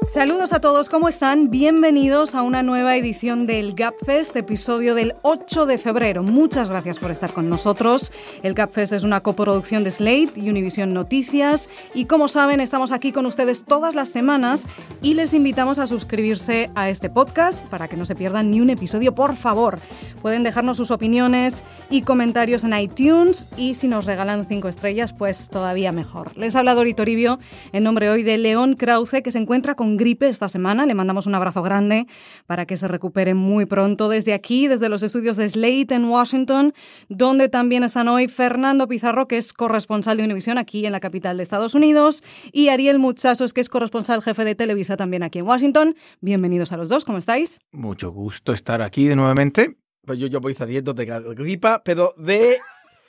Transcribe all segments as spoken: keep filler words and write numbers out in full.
Saludos a todos, ¿cómo están? Bienvenidos a una nueva edición del Gabfest, episodio del ocho de febrero. Muchas gracias por estar con nosotros. El Gabfest es una coproducción de Slate y Univision Noticias y, como saben, estamos aquí con ustedes todas las semanas y les invitamos a suscribirse a este podcast para que no se pierdan ni un episodio, por favor. Pueden dejarnos sus opiniones y comentarios en iTunes y si nos regalan cinco estrellas, pues todavía mejor. Les habla Dori Toribio en nombre hoy de León Krause, que se encuentra con gripe esta semana. Le mandamos un abrazo grande para que se recupere muy pronto desde aquí, desde los estudios de Slate en Washington, donde también están hoy Fernando Pizarro, que es corresponsal de Univision aquí en la capital de Estados Unidos, y Ariel Muchachos, que es corresponsal jefe de Televisa también aquí en Washington. Bienvenidos a los dos, ¿cómo estáis? Mucho gusto estar aquí de nuevamente. Pues yo, yo voy saliendo de gripa, pero de...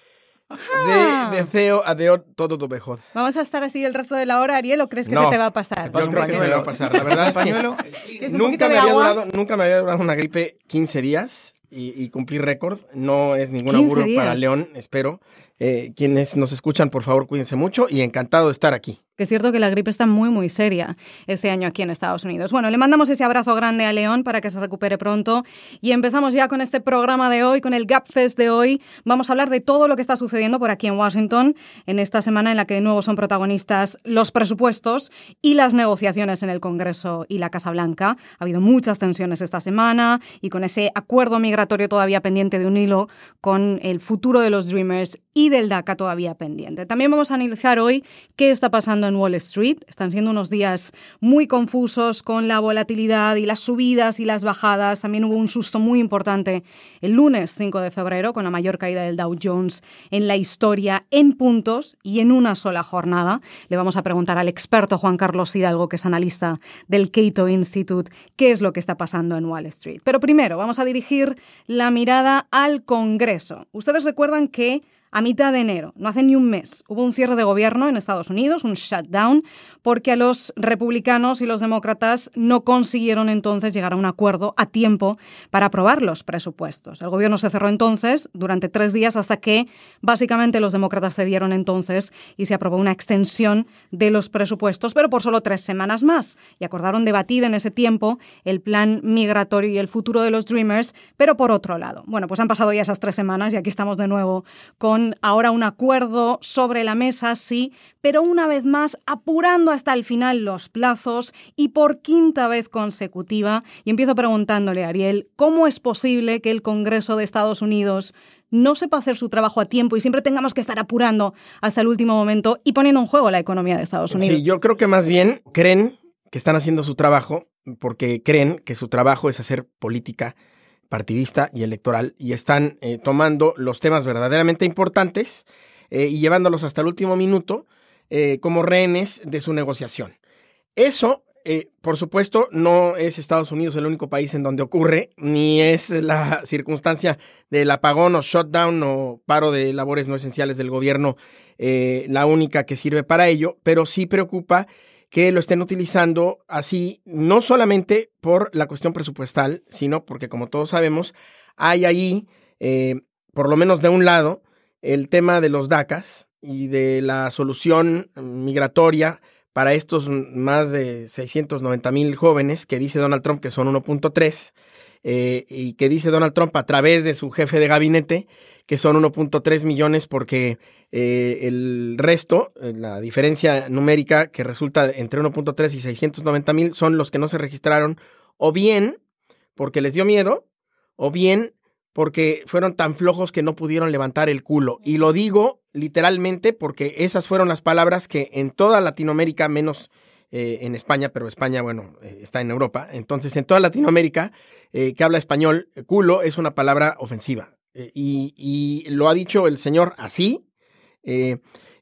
De, deseo a Dios todo lo mejor. ¿Vamos a estar así el resto de la hora, Ariel, o crees que no, se te va a pasar? Yo creo que se me va a pasar. La verdad es que nunca me, había durado, nunca me había durado una gripe quince días y, y cumplí récord. No es ningún auguro para León, espero. Eh, quienes nos escuchan, por favor, cuídense mucho y encantado de estar aquí. Que es cierto que la gripe está muy, muy seria este año aquí en Estados Unidos. Bueno, le mandamos ese abrazo grande a León para que se recupere pronto. Y empezamos ya con este programa de hoy, con el Gabfest de hoy. Vamos a hablar de todo lo que está sucediendo por aquí en Washington en esta semana en la que de nuevo son protagonistas los presupuestos y las negociaciones en el Congreso y la Casa Blanca. Ha habido muchas tensiones esta semana y con ese acuerdo migratorio todavía pendiente de un hilo, con el futuro de los Dreamers y del DACA todavía pendiente. También vamos a analizar hoy qué está pasando en Wall Street. Están siendo unos días muy confusos con la volatilidad y las subidas y las bajadas. También hubo un susto muy importante el lunes cinco de febrero con la mayor caída del Dow Jones en la historia en puntos y en una sola jornada. Le vamos a preguntar al experto Juan Carlos Hidalgo, que es analista del Cato Institute, qué es lo que está pasando en Wall Street. Pero primero vamos a dirigir la mirada al Congreso. Ustedes recuerdan que a mitad de enero, no hace ni un mes, hubo un cierre de gobierno en Estados Unidos, un shutdown, porque a los republicanos y los demócratas no consiguieron entonces llegar a un acuerdo a tiempo para aprobar los presupuestos. El gobierno se cerró entonces durante tres días hasta que básicamente los demócratas cedieron entonces y se aprobó una extensión de los presupuestos, pero por solo tres semanas más. Y acordaron debatir en ese tiempo el plan migratorio y el futuro de los Dreamers, pero por otro lado. Bueno, pues han pasado ya esas tres semanas y aquí estamos de nuevo con ahora un acuerdo sobre la mesa, sí, pero una vez más apurando hasta el final los plazos y por quinta vez consecutiva. Y empiezo preguntándole a Ariel, ¿cómo es posible que el Congreso de Estados Unidos no sepa hacer su trabajo a tiempo y siempre tengamos que estar apurando hasta el último momento y poniendo en juego la economía de Estados Unidos? Sí, yo creo que más bien creen que están haciendo su trabajo porque creen que su trabajo es hacer política partidista y electoral, y están eh, tomando los temas verdaderamente importantes eh, y llevándolos hasta el último minuto eh, como rehenes de su negociación. Eso, eh, por supuesto, no es Estados Unidos el único país en donde ocurre, ni es la circunstancia del apagón o shutdown o paro de labores no esenciales del gobierno eh, la única que sirve para ello, pero sí preocupa que lo estén utilizando así, no solamente por la cuestión presupuestal, sino porque, como todos sabemos, hay ahí, eh, por lo menos de un lado, el tema de los DACAs y de la solución migratoria para estos más de seiscientos noventa mil jóvenes que dice Donald Trump que son uno punto tres, eh, y que dice Donald Trump a través de su jefe de gabinete que son uno punto tres millones porque eh, el resto, la diferencia numérica que resulta entre uno punto tres y seiscientos noventa mil son los que no se registraron, o bien porque les dio miedo, o bien porque fueron tan flojos que no pudieron levantar el culo. Y lo digo literalmente porque esas fueron las palabras que en toda Latinoamérica, menos eh, en España, pero España, bueno, eh, está en Europa. Entonces, en toda Latinoamérica eh, que habla español, culo es una palabra ofensiva. Eh, y, y lo ha dicho el señor así. Eh,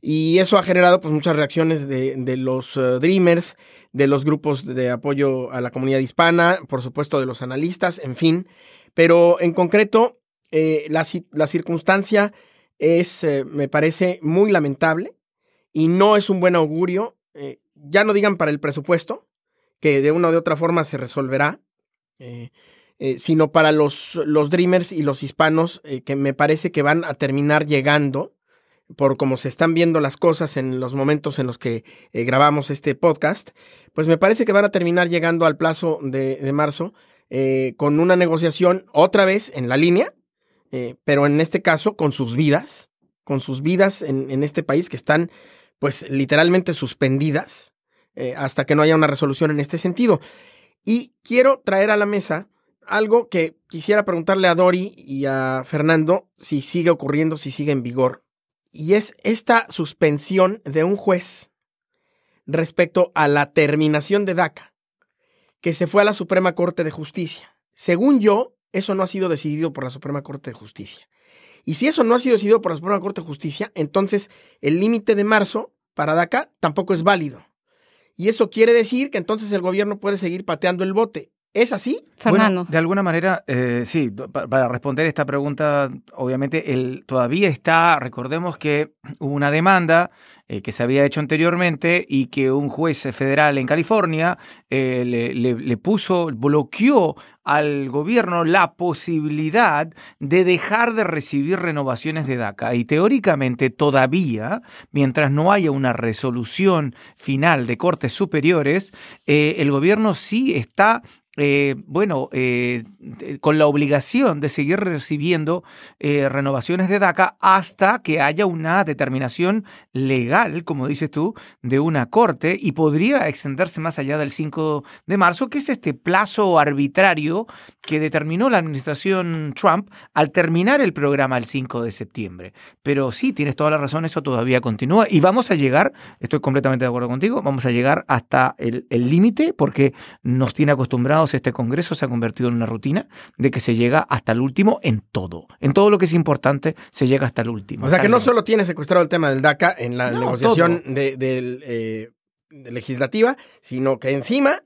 y eso ha generado pues muchas reacciones de, de los uh, Dreamers, de los grupos de apoyo a la comunidad hispana, por supuesto de los analistas, en fin. Pero en concreto, eh, la, la circunstancia es, eh, me parece, muy lamentable y no es un buen augurio. Eh, ya no digan para el presupuesto, que de una o de otra forma se resolverá, eh, eh, sino para los, los Dreamers y los hispanos, eh, que me parece que van a terminar llegando por cómo se están viendo las cosas en los momentos en los que eh, grabamos este podcast, pues me parece que van a terminar llegando al plazo de, de marzo eh, con una negociación otra vez en la línea, eh, pero en este caso con sus vidas, con sus vidas en, en este país que están pues literalmente suspendidas eh, hasta que no haya una resolución en este sentido. Y quiero traer a la mesa algo que quisiera preguntarle a Dori y a Fernando si sigue ocurriendo, si sigue en vigor. Y es esta suspensión de un juez respecto a la terminación de DACA, que se fue a la Suprema Corte de Justicia. Según yo, eso no ha sido decidido por la Suprema Corte de Justicia. Y si eso no ha sido decidido por la Suprema Corte de Justicia, entonces el límite de marzo para DACA tampoco es válido. Y eso quiere decir que entonces el gobierno puede seguir pateando el bote. ¿Es así? Fernando. Bueno, de alguna manera, eh, sí, para responder esta pregunta, obviamente, él todavía está, recordemos que hubo una demanda eh, que se había hecho anteriormente y que un juez federal en California eh, le, le, le puso, bloqueó al gobierno la posibilidad de dejar de recibir renovaciones de DACA. Y teóricamente todavía, mientras no haya una resolución final de cortes superiores, eh, el gobierno sí está Eh, bueno, eh, con la obligación de seguir recibiendo eh, renovaciones de DACA hasta que haya una determinación legal, como dices tú, de una corte, y podría extenderse más allá del cinco de marzo, que es este plazo arbitrario que determinó la administración Trump al terminar el programa el cinco de septiembre. Pero sí, tienes toda la razón, eso todavía continúa y vamos a llegar, estoy completamente de acuerdo contigo, vamos a llegar hasta el límite porque nos tiene acostumbrados. Este Congreso se ha convertido en una rutina de que se llega hasta el último en todo. En todo lo que es importante se llega hasta el último. O sea que no solo tiene secuestrado el tema del DACA en la no, negociación de, de, eh, de legislativa, sino que encima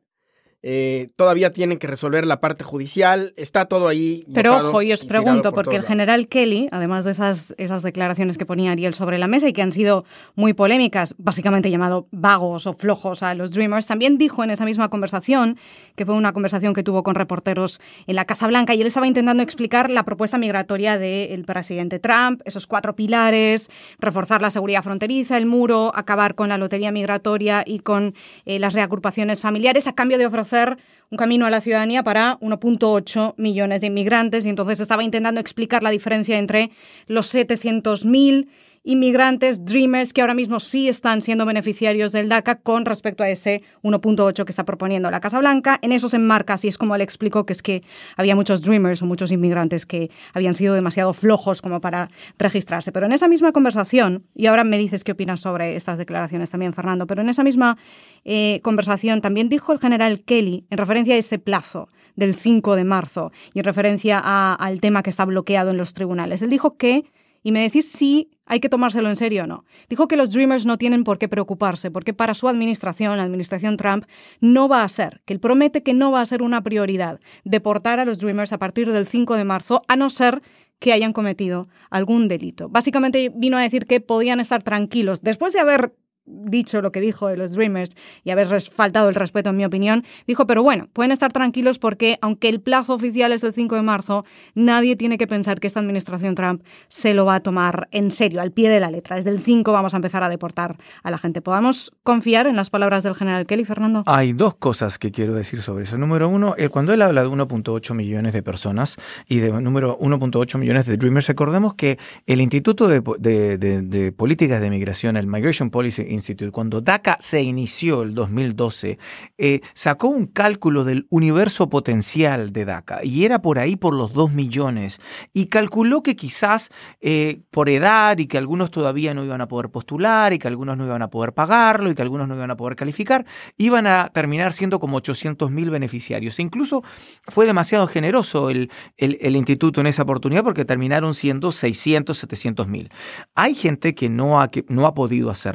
eh, todavía tienen que resolver la parte judicial. Está todo ahí. Pero ojo, y os y pregunto, porque el general Kelly, además de esas, esas declaraciones que ponía Ariel sobre la mesa y que han sido muy polémicas, básicamente llamado vagos o flojos a los Dreamers, también dijo en esa misma conversación, que fue una conversación que tuvo con reporteros en la Casa Blanca, y él estaba intentando explicar la propuesta migratoria del presidente Trump, esos cuatro pilares: reforzar la seguridad fronteriza, el muro, acabar con la lotería migratoria y con eh, las reagrupaciones familiares, a cambio de ofrecer un camino a la ciudadanía para uno punto ocho millones de inmigrantes. Y entonces estaba intentando explicar la diferencia entre los setecientos mil inmigrantes, Dreamers, que ahora mismo sí están siendo beneficiarios del DACA con respecto a ese uno punto ocho que está proponiendo la Casa Blanca. En eso se enmarca, así es como él explicó, que es que había muchos Dreamers o muchos inmigrantes que habían sido demasiado flojos como para registrarse. Pero en esa misma conversación, y ahora me dices qué opinas sobre estas declaraciones también, Fernando, pero en esa misma eh, conversación también dijo el general Kelly, en referencia a ese plazo del cinco de marzo y en referencia a, al tema que está bloqueado en los tribunales, él dijo que, y me decís si hay que tomárselo en serio o no, dijo que los Dreamers no tienen por qué preocuparse, porque para su administración, la administración Trump, no va a ser, que él promete que no va a ser una prioridad deportar a los Dreamers a partir del cinco de marzo, a no ser que hayan cometido algún delito. Básicamente vino a decir que podían estar tranquilos, después de haber dicho lo que dijo de los Dreamers y haber faltado el respeto, en mi opinión, dijo, pero bueno, pueden estar tranquilos porque aunque el plazo oficial es el cinco de marzo, nadie tiene que pensar que esta administración Trump se lo va a tomar en serio, al pie de la letra. Desde el cinco vamos a empezar a deportar a la gente. ¿Podamos confiar en las palabras del general Kelly, Fernando? Hay dos cosas que quiero decir sobre eso. Número uno, cuando él habla de uno punto ocho millones de personas y de número uno punto ocho millones de Dreamers, recordemos que el Instituto de, de, de, de Políticas de Migración, el Migration Policy Institute, cuando DACA se inició el dos mil doce, eh, sacó un cálculo del universo potencial de DACA y era por ahí por los dos millones y calculó que quizás eh, por edad y que algunos todavía no iban a poder postular y que algunos no iban a poder pagarlo y que algunos no iban a poder calificar, iban a terminar siendo como ochocientos mil beneficiarios. E incluso fue demasiado generoso el, el, el instituto en esa oportunidad porque terminaron siendo seiscientos, setecientos mil. Hay gente que no ha, que no ha podido hacerlo, hay gente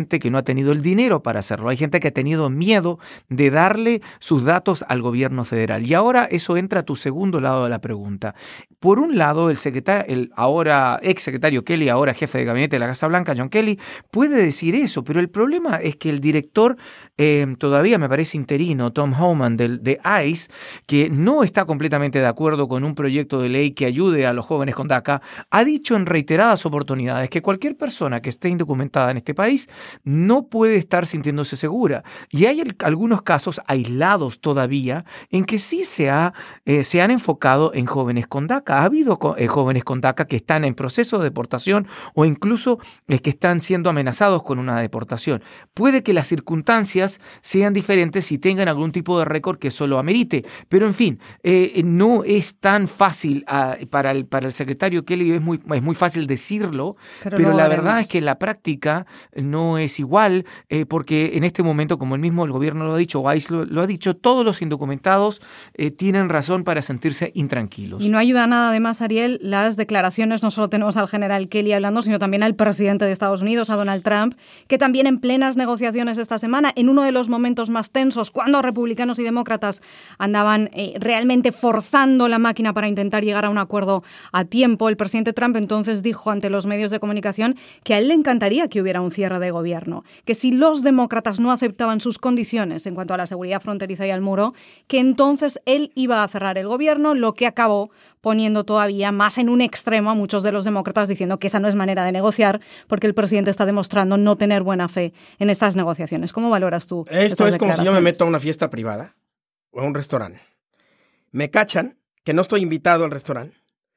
gente que no ha tenido el dinero para hacerlo. Hay gente que ha tenido miedo de darle sus datos al gobierno federal. Y ahora eso entra a tu segundo lado de la pregunta. Por un lado, el secretario, el ahora ex secretario Kelly, ahora jefe de gabinete de la Casa Blanca, John Kelly, puede decir eso, pero el problema es que el director, eh, todavía me parece interino, Tom Homan, del, de ICE, que no está completamente de acuerdo con un proyecto de ley que ayude a los jóvenes con DACA, ha dicho en reiteradas oportunidades que cualquier persona que esté indocumentada en este país no puede estar sintiéndose segura. Y hay el, algunos casos aislados todavía en que sí se, ha, eh, se han enfocado en jóvenes con DACA. Ha habido eh, jóvenes con DACA que están en proceso de deportación o incluso eh, que están siendo amenazados con una deportación. Puede que las circunstancias sean diferentes y tengan algún tipo de récord que eso lo amerite, pero en fin, eh, no es tan fácil uh, para, el, para el secretario Kelly, es muy, es muy fácil decirlo, pero, pero la verdad es que la práctica no es igual, eh, porque en este momento, como el mismo el gobierno lo ha dicho, o ICE lo, lo ha dicho, todos los indocumentados eh, tienen razón para sentirse intranquilos. Y no ayuda nada, además, Ariel, las declaraciones, no solo tenemos al general Kelly hablando, sino también al presidente de Estados Unidos, a Donald Trump, que también en plenas negociaciones esta semana, en uno de los momentos más tensos, cuando republicanos y demócratas andaban eh, realmente forzando la máquina para intentar llegar a un acuerdo a tiempo, el presidente Trump entonces dijo ante los medios de comunicación que a él le encantaría que hubiera un cierre de gobierno, que si los demócratas no aceptaban sus condiciones en cuanto a la seguridad fronteriza y al muro, que entonces él iba a cerrar el gobierno, lo que acabó poniendo todavía más en un extremo a muchos de los demócratas diciendo que esa no es manera de negociar porque el presidente está demostrando no tener buena fe en estas negociaciones. ¿Cómo valoras tú? Esto es como si yo me meto a una fiesta privada o a un restaurante. Me cachan que no estoy invitado al restaurante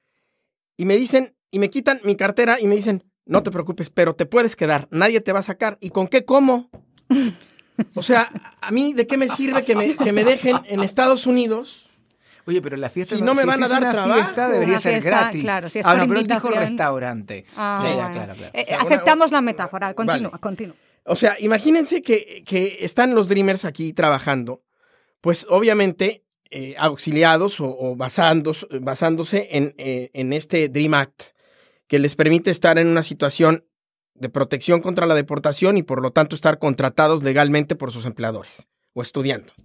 y me dicen, y me quitan mi cartera y me dicen, no te preocupes, pero te puedes quedar, nadie te va a sacar. ¿Y con qué como? O sea, ¿a mí de qué me sirve que me, que me dejen en Estados Unidos? Oye, pero la fiesta... Si no me si, van si a dar una trabajo... fiesta debería una ser fiesta, gratis. Claro, si es ah, por no, pero él dijo invitación. restaurante. Ah, sí, bueno. claro, claro. Eh, O sea, aceptamos una, la metáfora. Continúa, vale. continúa. O sea, imagínense que, que están los Dreamers aquí trabajando, pues obviamente eh, auxiliados o, o basándose, basándose en, eh, en este Dream Act, que les permite estar en una situación de protección contra la deportación y por lo tanto estar contratados legalmente por sus empleadores o estudiando.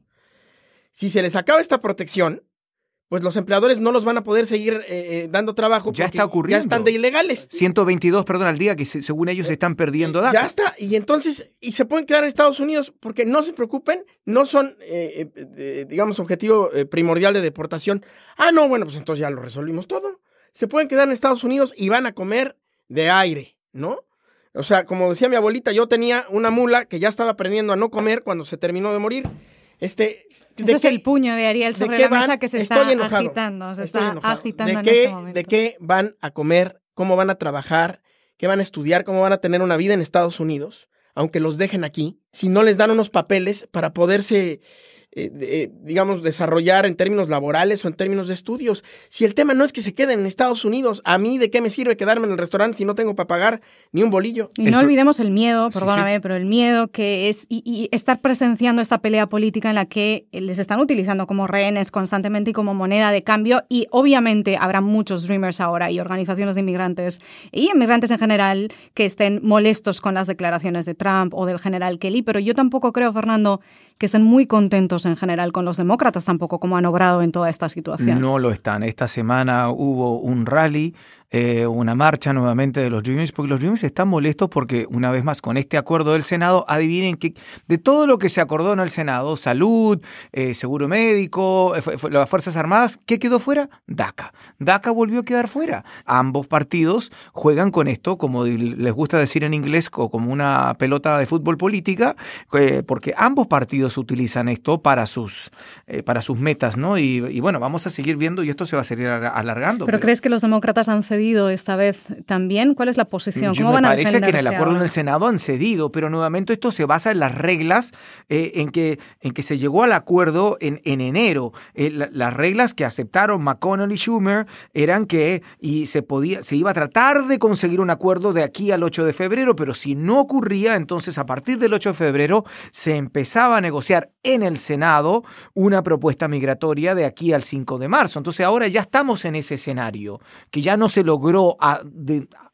Si se les acaba esta protección, pues los empleadores no los van a poder seguir eh, dando trabajo ya porque está ocurriendo. Ya están de ilegales. ciento veintidós, perdón, al día que se, según ellos se están perdiendo DACA. Ya está, y entonces, y se pueden quedar en Estados Unidos porque no se preocupen, no son, eh, eh, digamos, objetivo eh, primordial de deportación. Ah, no, bueno, pues entonces ya lo resolvimos todo. Se pueden quedar en Estados Unidos y van a comer de aire, ¿no? O sea, como decía mi abuelita, yo tenía una mula que ya estaba aprendiendo a no comer cuando se terminó de morir. Este... Ese es el puño de Ariel sobre de la mesa van, que se está enojado, agitando, se está enojado. agitando ¿De en qué, este momento. ¿De qué van a comer? ¿Cómo van a trabajar? ¿Qué van a estudiar? ¿Cómo van a tener una vida en Estados Unidos? Aunque los dejen aquí, si no les dan unos papeles para poderse, eh, eh, digamos, desarrollar en términos laborales o en términos de estudios. Si el tema no es que se queden en Estados Unidos, ¿a mí de qué me sirve quedarme en el restaurante si no tengo para pagar ni un bolillo? Y no el... olvidemos el miedo, perdóname, sí, sí. pero el miedo que es y, y estar presenciando esta pelea política en la que les están utilizando como rehenes constantemente y como moneda de cambio, y obviamente habrá muchos Dreamers ahora y organizaciones de inmigrantes y inmigrantes en general que estén molestos con las declaraciones de Trump o del general Kelly, pero yo tampoco creo, Fernando, que estén muy contentos en general con los demócratas tampoco, como han obrado en toda esta situación. No lo están. Esta semana hubo un rally, eh, una marcha nuevamente de los Dreamers, porque los Dreamers están molestos porque, una vez más, con este acuerdo del Senado, adivinen que de todo lo que se acordó en el Senado, salud, eh, seguro médico, eh, fu- fu- las Fuerzas Armadas, ¿qué quedó fuera? DACA. DACA volvió a quedar fuera. Ambos partidos juegan con esto, como les gusta decir en inglés, como una pelota de fútbol política, eh, porque ambos partidos utilizan esto para sus, eh, para sus metas, ¿no? Y, y bueno, vamos a seguir viendo y esto se va a seguir alargando. ¿Pero, pero crees que los demócratas han cedido esta vez también? ¿Cuál es la posición? ¿Cómo Yo van me a parece defenderse que en el acuerdo ahora? en el Senado han cedido, pero nuevamente esto se basa en las reglas eh, en, que, en que se llegó al acuerdo en, en enero. Eh, la, las reglas que aceptaron McConnell y Schumer eran que y se, podía, se iba a tratar de conseguir un acuerdo de aquí al ocho de febrero, pero si no ocurría, entonces a partir del ocho de febrero se empezaba a negociar en el Senado una propuesta migratoria de aquí al cinco de marzo. Entonces ahora ya estamos en ese escenario, que ya no se logró a, de,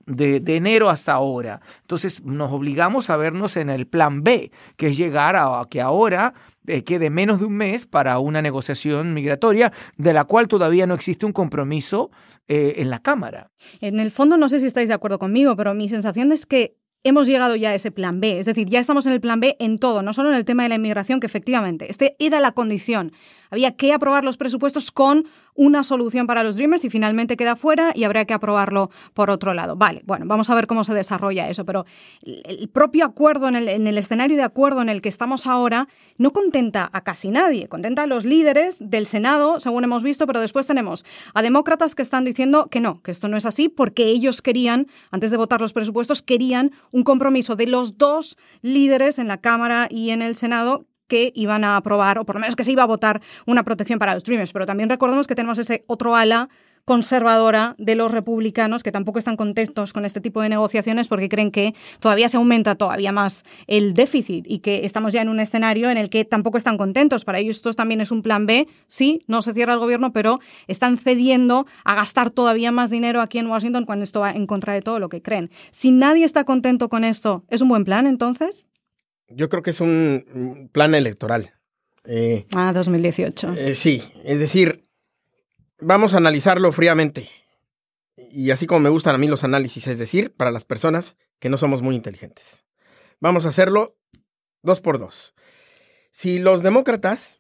de, de enero hasta ahora. Entonces nos obligamos a vernos en el plan B, que es llegar a, a que ahora eh, quede menos de un mes para una negociación migratoria de la cual todavía no existe un compromiso eh, en la Cámara. En el fondo, no sé si estáis de acuerdo conmigo, pero mi sensación es que hemos llegado ya a ese plan B. Es decir, ya estamos en el plan B en todo, no solo en el tema de la inmigración, que efectivamente, este era la condición. Había que aprobar los presupuestos con una solución para los Dreamers y finalmente queda fuera y habrá que aprobarlo por otro lado. Vale, bueno, vamos a ver cómo se desarrolla eso, pero el propio acuerdo, en el, en el escenario de acuerdo en el que estamos ahora, no contenta a casi nadie. Contenta a los líderes del Senado, según hemos visto, pero después tenemos a demócratas que están diciendo que no, que esto no es así, porque ellos querían, antes de votar los presupuestos, querían un compromiso de los dos líderes en la Cámara y en el Senado que iban a aprobar, o por lo menos que se iba a votar una protección para los Dreamers. Pero también recordemos que tenemos ese otro ala conservadora de los republicanos que tampoco están contentos con este tipo de negociaciones porque creen que todavía se aumenta todavía más el déficit y que estamos ya en un escenario en el que tampoco están contentos. Para ellos esto también es un plan B. Sí, no se cierra el gobierno, pero están cediendo a gastar todavía más dinero aquí en Washington cuando esto va en contra de todo lo que creen. Si nadie está contento con esto, ¿es un buen plan entonces? Yo creo que es un plan electoral. Eh, ah, dos mil dieciocho. Eh, sí, es decir, vamos a analizarlo fríamente. Y así como me gustan a mí los análisis, es decir, para las personas que no somos muy inteligentes. Vamos a hacerlo dos por dos. Si los demócratas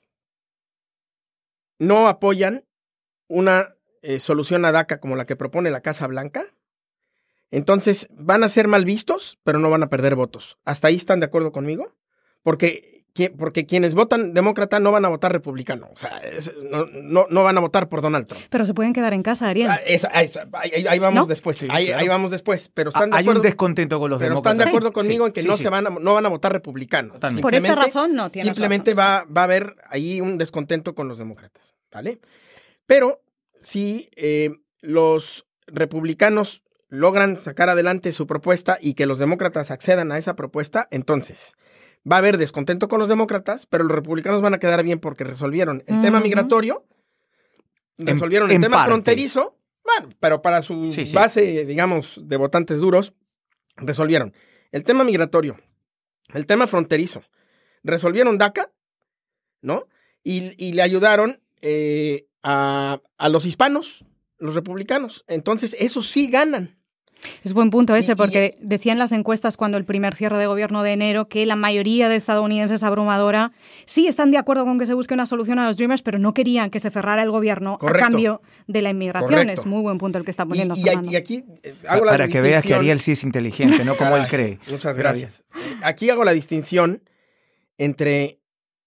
no apoyan una eh, solución a DACA como la que propone la Casa Blanca, entonces van a ser mal vistos, pero no van a perder votos. ¿Hasta ahí están de acuerdo conmigo? Porque, porque quienes votan demócrata no van a votar republicano. O sea, es, no, no, no van a votar por Donald Trump. Pero se pueden quedar en casa, Ariel. Ah, esa, esa, ahí, ahí vamos ¿No? después. Sí, ahí, claro. ahí vamos después. Pero están de Hay acuerdo, un descontento con los pero demócratas. Pero están de acuerdo conmigo sí, en que sí, no, sí. se van a, no van a votar republicano. Por esta razón no tiene Simplemente va, va a haber ahí un descontento con los demócratas. ¿Vale? Pero si eh, los republicanos logran sacar adelante su propuesta y que los demócratas accedan a esa propuesta, entonces va a haber descontento con los demócratas, pero los republicanos van a quedar bien porque resolvieron el uh-huh. tema migratorio, resolvieron en, el en tema parte. fronterizo, bueno, pero para su sí, sí. base, digamos, de votantes duros, resolvieron el tema migratorio, el tema fronterizo, resolvieron DACA, ¿no? Y, y le ayudaron eh, a, a los hispanos, los republicanos. Entonces, esos sí ganan. Es buen punto ese, porque decían las encuestas cuando el primer cierre de gobierno de enero que la mayoría de estadounidenses abrumadora sí están de acuerdo con que se busque una solución a los Dreamers, pero no querían que se cerrara el gobierno Correcto. a cambio de la inmigración. Correcto. Es muy buen punto el que está poniendo y, Fernando. Y aquí eh, hago la Para que veas que Ariel sí es inteligente, no como Caray, él cree. Muchas gracias. Aquí hago la distinción entre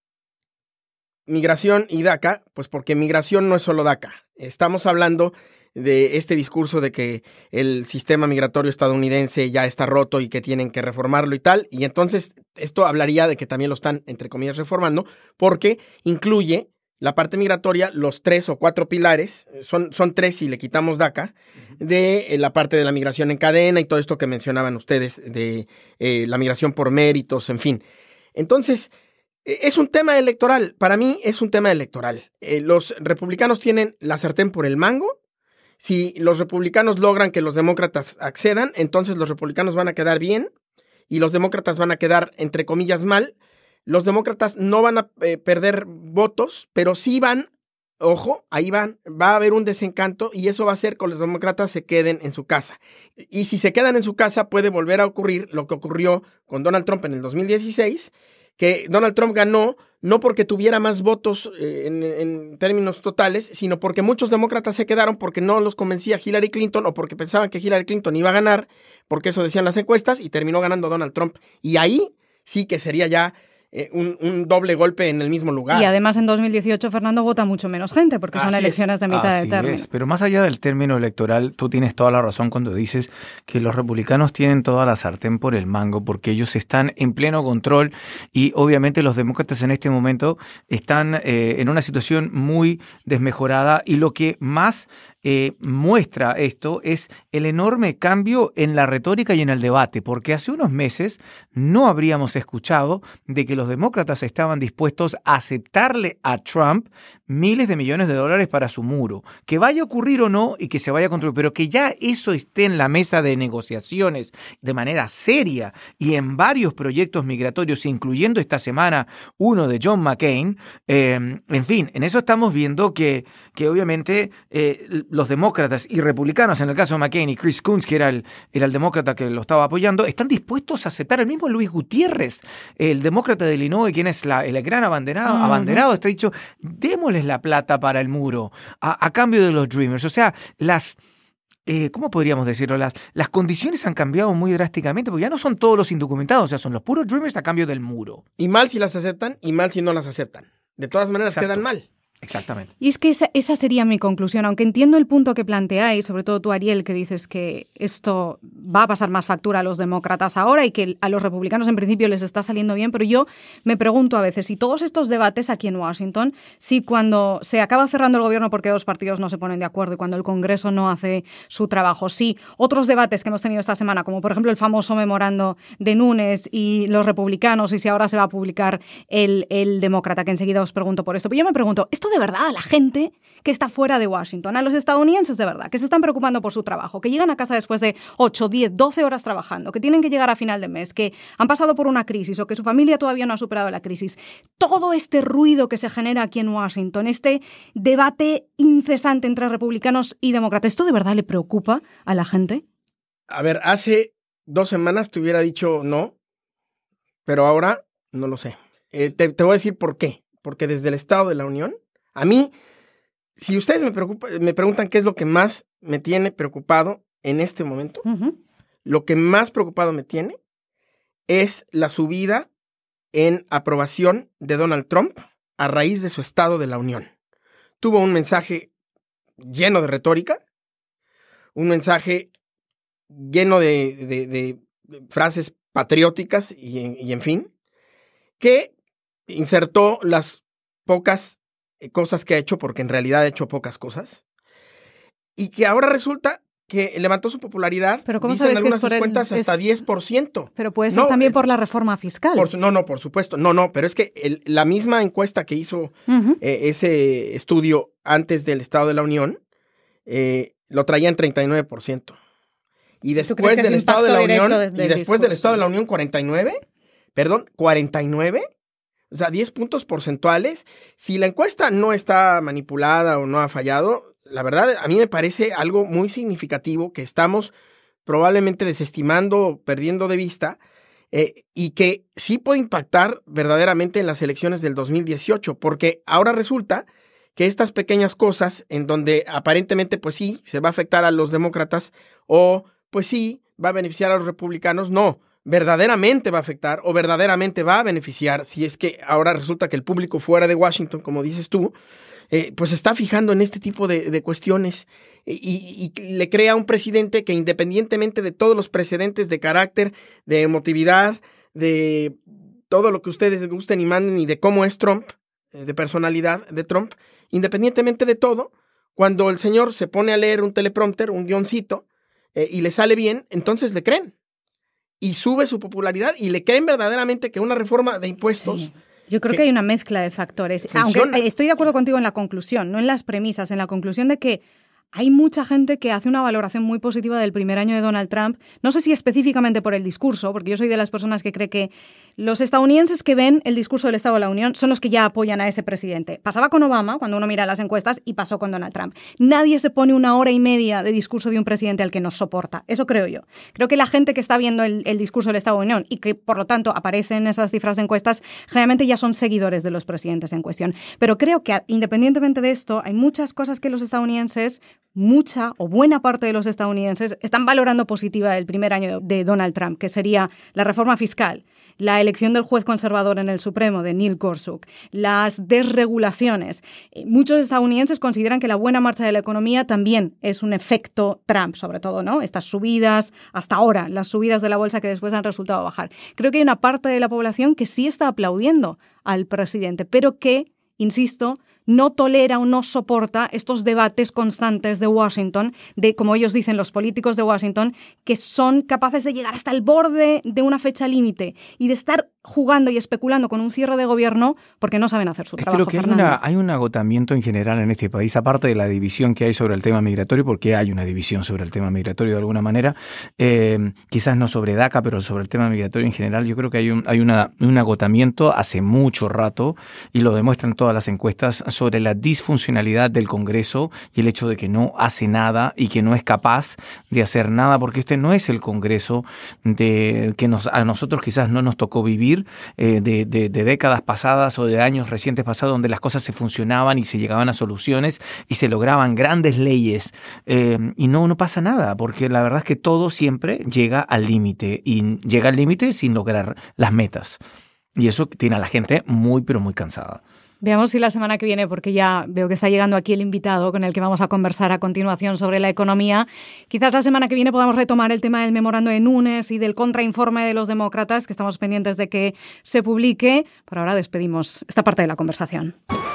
migración y DACA, pues porque migración no es solo DACA. Estamos hablando de este discurso de que el sistema migratorio estadounidense ya está roto y que tienen que reformarlo y tal, y entonces esto hablaría de que también lo están, entre comillas, reformando, porque incluye la parte migratoria, los tres o cuatro pilares, son, son tres si le quitamos DACA, de eh, la parte de la migración en cadena y todo esto que mencionaban ustedes, de eh, la migración por méritos, en fin. Entonces, eh, es un tema electoral, para mí es un tema electoral. Eh, los republicanos tienen la sartén por el mango. Si los republicanos logran que los demócratas accedan, entonces los republicanos van a quedar bien y los demócratas van a quedar, entre comillas, mal. Los demócratas no van a eh, perder votos, pero sí van, ojo, ahí van, va a haber un desencanto y eso va a hacer que los demócratas se queden en su casa. Y si se quedan en su casa puede volver a ocurrir lo que ocurrió con Donald Trump en el dos mil dieciséis, que Donald Trump ganó no porque tuviera más votos eh, en, en términos totales, sino porque muchos demócratas se quedaron porque no los convencía Hillary Clinton o porque pensaban que Hillary Clinton iba a ganar, porque eso decían las encuestas, y terminó ganando Donald Trump. Y ahí sí que sería ya eh, un, un doble golpe en el mismo lugar. Y además en dos mil dieciocho, Fernando, vota mucho menos gente porque son Así elecciones es. de mitad Así de término. Es. Pero más allá del término electoral, tú tienes toda la razón cuando dices que los republicanos tienen toda la sartén por el mango porque ellos están en pleno control y obviamente los demócratas en este momento están eh, en una situación muy desmejorada y lo que más eh, muestra esto es el enorme cambio en la retórica y en el debate, porque hace unos meses no habríamos escuchado de que los demócratas estaban dispuestos a aceptarle a Trump miles de millones de dólares para su muro. Que vaya a ocurrir o no y que se vaya a construir, pero que ya eso esté en la mesa de negociaciones de manera seria y en varios proyectos migratorios, incluyendo esta semana uno de John McCain. Eh, en fin, en eso estamos viendo que, que obviamente eh, los demócratas y republicanos, en el caso de McCain y Chris Coons, que era el, era el demócrata que lo estaba apoyando, están dispuestos a aceptar. El mismo Luis Gutiérrez, el demócrata de Illinois, quien es la, el gran abanderado, uh-huh. abanderado, está dicho, démosles la plata para el muro a, a cambio de los Dreamers. O sea, las... Eh, ¿Cómo podríamos decirlo? Las, las condiciones han cambiado muy drásticamente, porque ya no son todos los indocumentados, o sea, son los puros Dreamers a cambio del muro. Y mal si las aceptan y mal si no las aceptan. De todas maneras, Exacto. quedan mal. Exactamente. Y es que esa, esa sería mi conclusión, aunque entiendo el punto que planteáis, sobre todo tú, Ariel, que dices que esto va a pasar más factura a los demócratas ahora y que a los republicanos en principio les está saliendo bien, pero yo me pregunto a veces si todos estos debates aquí en Washington, si cuando se acaba cerrando el gobierno porque dos partidos no se ponen de acuerdo y cuando el Congreso no hace su trabajo, si otros debates que hemos tenido esta semana, como por ejemplo el famoso memorando de Nunes y los republicanos, y si ahora se va a publicar el, el demócrata, que enseguida os pregunto por esto, pero yo me pregunto, ¿esto de verdad a la gente que está fuera de Washington, a los estadounidenses de verdad, que se están preocupando por su trabajo, que llegan a casa después de ocho, diez, doce horas trabajando, que tienen que llegar a final de mes, que han pasado por una crisis o que su familia todavía no ha superado la crisis? Todo este ruido que se genera aquí en Washington, este debate incesante entre republicanos y demócratas, ¿esto de verdad le preocupa a la gente? A ver, hace dos semanas te hubiera dicho no, pero ahora no lo sé. Eh, te, te voy a decir por qué. Porque desde el Estado de la Unión, a mí, si ustedes me, preocupa, me preguntan qué es lo que más me tiene preocupado en este momento, uh-huh. lo que más preocupado me tiene es la subida en aprobación de Donald Trump a raíz de su Estado de la Unión. Tuvo un mensaje lleno de retórica, un mensaje lleno de, de, de frases patrióticas y, y en fin, que insertó las pocas cosas que ha hecho, porque en realidad ha hecho pocas cosas, y que ahora resulta que levantó su popularidad, pero ¿cómo dicen sabes algunas que es por cuentas el, hasta es... diez por ciento. Pero puede ser no, también por la reforma fiscal. Por, no, no, por supuesto. No, no, pero es que el, la misma encuesta que hizo uh-huh. eh, ese estudio antes del Estado de la Unión, eh, lo traía en treinta y nueve por ciento. Y después del Estado de la Unión, de, de y después del Estado de la Unión, cuarenta y nueve, perdón, cuarenta y nueve. O sea, diez puntos porcentuales. Si la encuesta no está manipulada o no ha fallado, la verdad, a mí me parece algo muy significativo que estamos probablemente desestimando, perdiendo de vista, eh, y que sí puede impactar verdaderamente en las elecciones del dos mil dieciocho, porque ahora resulta que estas pequeñas cosas en donde aparentemente, pues sí, se va a afectar a los demócratas o, pues sí, va a beneficiar a los republicanos, no. Verdaderamente va a afectar o verdaderamente va a beneficiar, si es que ahora resulta que el público fuera de Washington, como dices tú, eh, pues se está fijando en este tipo de, de cuestiones y, y le crea un presidente que, independientemente de todos los precedentes de carácter, de emotividad, de todo lo que ustedes gusten y manden y de cómo es Trump, eh, de personalidad de Trump, independientemente de todo, cuando el señor se pone a leer un teleprompter, un guioncito, eh, y le sale bien, entonces le creen. Y sube su popularidad y le creen verdaderamente que una reforma de impuestos... Sí. Yo creo que, que hay una mezcla de factores. Funciona. Aunque estoy de acuerdo contigo en la conclusión, no en las premisas, en la conclusión de que hay mucha gente que hace una valoración muy positiva del primer año de Donald Trump. No sé si específicamente por el discurso, porque yo soy de las personas que cree que los estadounidenses que ven el discurso del Estado de la Unión son los que ya apoyan a ese presidente. Pasaba con Obama, cuando uno mira las encuestas, y pasó con Donald Trump. Nadie se pone una hora y media de discurso de un presidente al que nos soporta. Eso creo yo. Creo que la gente que está viendo el, el discurso del Estado de la Unión y que, por lo tanto, aparecen en esas cifras de encuestas, generalmente ya son seguidores de los presidentes en cuestión. Pero creo que, independientemente de esto, hay muchas cosas que los estadounidenses... mucha o buena parte de los estadounidenses están valorando positiva el primer año de Donald Trump, que sería la reforma fiscal, la elección del juez conservador en el Supremo de Neil Gorsuch, las desregulaciones. Muchos estadounidenses consideran que la buena marcha de la economía también es un efecto Trump, sobre todo, ¿no? Estas subidas, hasta ahora, las subidas de la bolsa que después han resultado bajar. Creo que hay una parte de la población que sí está aplaudiendo al presidente, pero que, insisto, no tolera o no soporta estos debates constantes de Washington, de, como ellos dicen, los políticos de Washington, que son capaces de llegar hasta el borde de una fecha límite y de estar jugando y especulando con un cierre de gobierno porque no saben hacer su es trabajo. Creo que hay, una, hay un agotamiento en general en este país, aparte de la división que hay sobre el tema migratorio, porque hay una división sobre el tema migratorio de alguna manera, eh, quizás no sobre DACA, pero sobre el tema migratorio en general. Yo creo que hay un, hay una, un agotamiento hace mucho rato, y lo demuestran todas las encuestas, sobre la disfuncionalidad del Congreso y el hecho de que no hace nada y que no es capaz de hacer nada, porque este no es el Congreso de que nos, a nosotros quizás no nos tocó vivir, eh, de, de, de décadas pasadas o de años recientes pasados, donde las cosas se funcionaban y se llegaban a soluciones y se lograban grandes leyes, eh, y no, no pasa nada, porque la verdad es que todo siempre llega al límite y llega al límite sin lograr las metas. Y eso tiene a la gente muy, pero muy cansada. Veamos si la semana que viene, porque ya veo que está llegando aquí el invitado con el que vamos a conversar a continuación sobre la economía, quizás la semana que viene podamos retomar el tema del memorando de Nunes y del contrainforme de los demócratas, que estamos pendientes de que se publique. Por ahora despedimos esta parte de la conversación.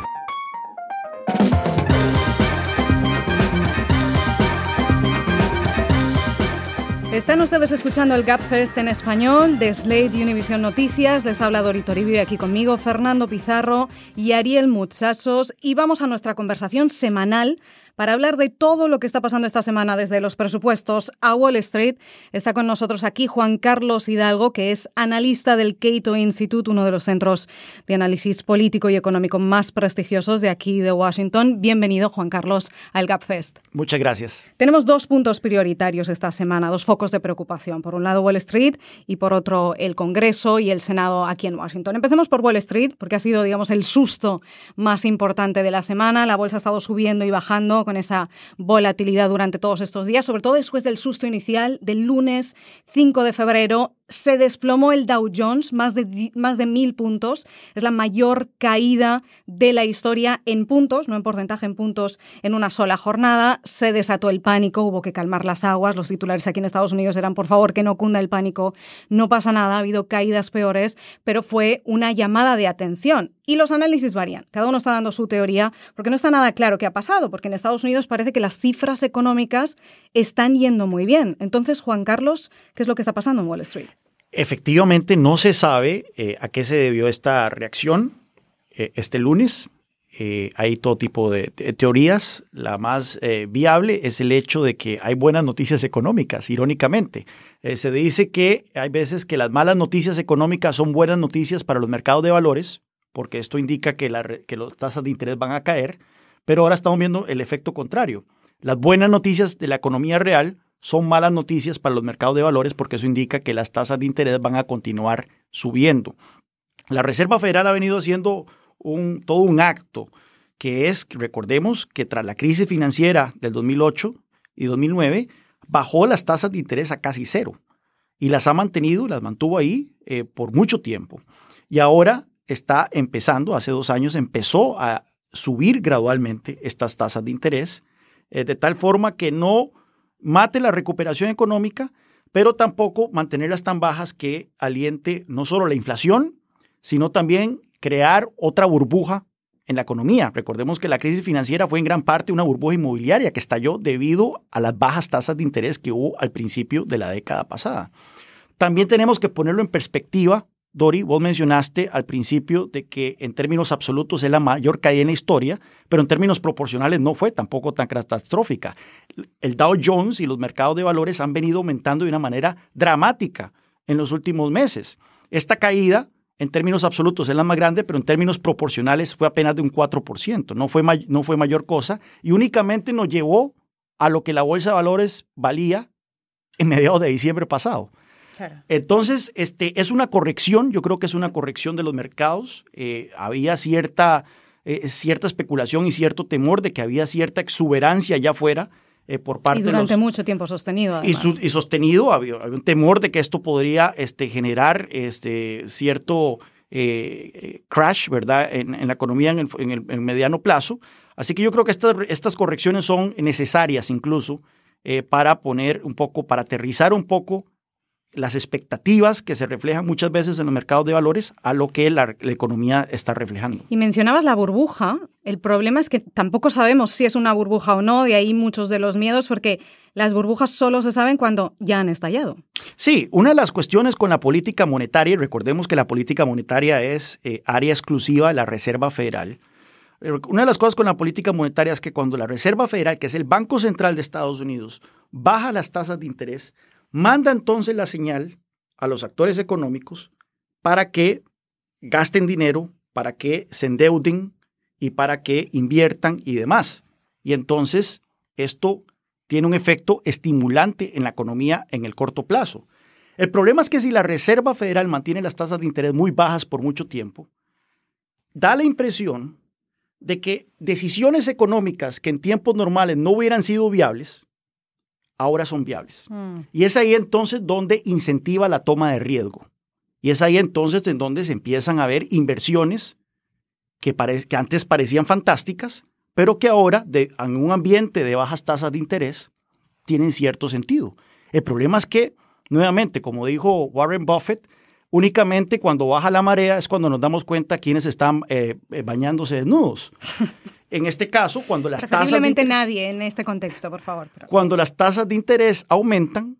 Están ustedes escuchando el Gapfest en español de Slate y Univision Noticias. Les habla Dori Toribio y aquí conmigo Fernando Pizarro y Ariel Mutsasos. Y vamos a nuestra conversación semanal para hablar de todo lo que está pasando esta semana, desde los presupuestos a Wall Street. Está con nosotros aquí Juan Carlos Hidalgo, que es analista del Cato Institute, uno de los centros de análisis político y económico más prestigiosos de aquí de Washington. Bienvenido, Juan Carlos, al Gapfest. Muchas gracias. Tenemos dos puntos prioritarios esta semana, dos focos de preocupación. Por un lado, Wall Street y por otro, el Congreso y el Senado aquí en Washington. Empecemos por Wall Street, porque ha sido, digamos, el susto más importante de la semana. La bolsa ha estado subiendo y bajando con esa volatilidad durante todos estos días, sobre todo después del susto inicial del lunes cinco de febrero. Se desplomó el Dow Jones, más de, más de mil puntos. Es la mayor caída de la historia en puntos, no en porcentaje, en puntos, en una sola jornada. Se desató el pánico, hubo que calmar las aguas. Los titulares aquí en Estados Unidos eran, por favor, que no cunda el pánico. No pasa nada, ha habido caídas peores, pero fue una llamada de atención. Y los análisis varían. Cada uno está dando su teoría, porque no está nada claro qué ha pasado, porque en Estados Unidos parece que las cifras económicas están yendo muy bien. Entonces, Juan Carlos, ¿qué es lo que está pasando en Wall Street? Efectivamente, no se sabe eh, a qué se debió esta reacción eh, este lunes. Eh, hay todo tipo de te- teorías. La más eh, viable es el hecho de que hay buenas noticias económicas, irónicamente. Eh, se dice que hay veces que las malas noticias económicas son buenas noticias para los mercados de valores, porque esto indica que, la, que las tasas de interés van a caer, pero ahora estamos viendo el efecto contrario. Las buenas noticias de la economía real son malas noticias para los mercados de valores, porque eso indica que las tasas de interés van a continuar subiendo. La Reserva Federal ha venido haciendo un, todo un acto, que es, recordemos, que tras la crisis financiera del dos mil ocho y dos mil nueve, bajó las tasas de interés a casi cero y las ha mantenido, las mantuvo ahí eh, por mucho tiempo. Y ahora está empezando, hace dos años empezó a subir gradualmente estas tasas de interés, eh, de tal forma que no mate la recuperación económica, pero tampoco mantenerlas tan bajas que aliente no solo la inflación, sino también crear otra burbuja en la economía. Recordemos que la crisis financiera fue en gran parte una burbuja inmobiliaria que estalló debido a las bajas tasas de interés que hubo al principio de la década pasada. También tenemos que ponerlo en perspectiva. Dori, vos mencionaste al principio de que en términos absolutos es la mayor caída en la historia, pero en términos proporcionales no fue tampoco tan catastrófica. El Dow Jones y los mercados de valores han venido aumentando de una manera dramática en los últimos meses. Esta caída en términos absolutos es la más grande, pero en términos proporcionales fue apenas de un cuatro por ciento. No fue, may- no fue mayor cosa y únicamente nos llevó a lo que la bolsa de valores valía en mediados de diciembre pasado. Claro. Entonces, este, es una corrección, yo creo que es una corrección de los mercados. Eh, había cierta, eh, cierta especulación y cierto temor de que había cierta exuberancia allá afuera eh, por parte Y durante de los, mucho tiempo sostenido, y, además. su, y sostenido, había, había un temor de que esto podría este, generar este, cierto eh, crash, ¿verdad?, en, en la economía en el, en el en mediano plazo. Así que yo creo que estas, estas correcciones son necesarias incluso eh, para poner un poco, para aterrizar un poco las expectativas que se reflejan muchas veces en los mercados de valores a lo que la, la economía está reflejando. Y mencionabas la burbuja. El problema es que tampoco sabemos si es una burbuja o no, de ahí muchos de los miedos, porque las burbujas solo se saben cuando ya han estallado. Sí, una de las cuestiones con la política monetaria, y recordemos que la política monetaria es eh, área exclusiva de la Reserva Federal. Una de las cosas con la política monetaria es que cuando la Reserva Federal, que es el Banco Central de Estados Unidos, baja las tasas de interés, manda entonces la señal a los actores económicos para que gasten dinero, para que se endeuden y para que inviertan y demás. Y entonces esto tiene un efecto estimulante en la economía en el corto plazo. El problema es que si la Reserva Federal mantiene las tasas de interés muy bajas por mucho tiempo, da la impresión de que decisiones económicas que en tiempos normales no hubieran sido viables, ahora son viables. Mm. Y es ahí entonces donde incentiva la toma de riesgo. Y es ahí entonces en donde se empiezan a ver inversiones que, pare- que antes parecían fantásticas, pero que ahora, de, en un ambiente de bajas tasas de interés, tienen cierto sentido. El problema es que, nuevamente, como dijo Warren Buffett, únicamente cuando baja la marea es cuando nos damos cuenta quiénes están eh, bañándose desnudos. En este caso, cuando las tasas de Preferiblemente interés, nadie en este contexto, por favor. Pero... Cuando las tasas de interés aumentan,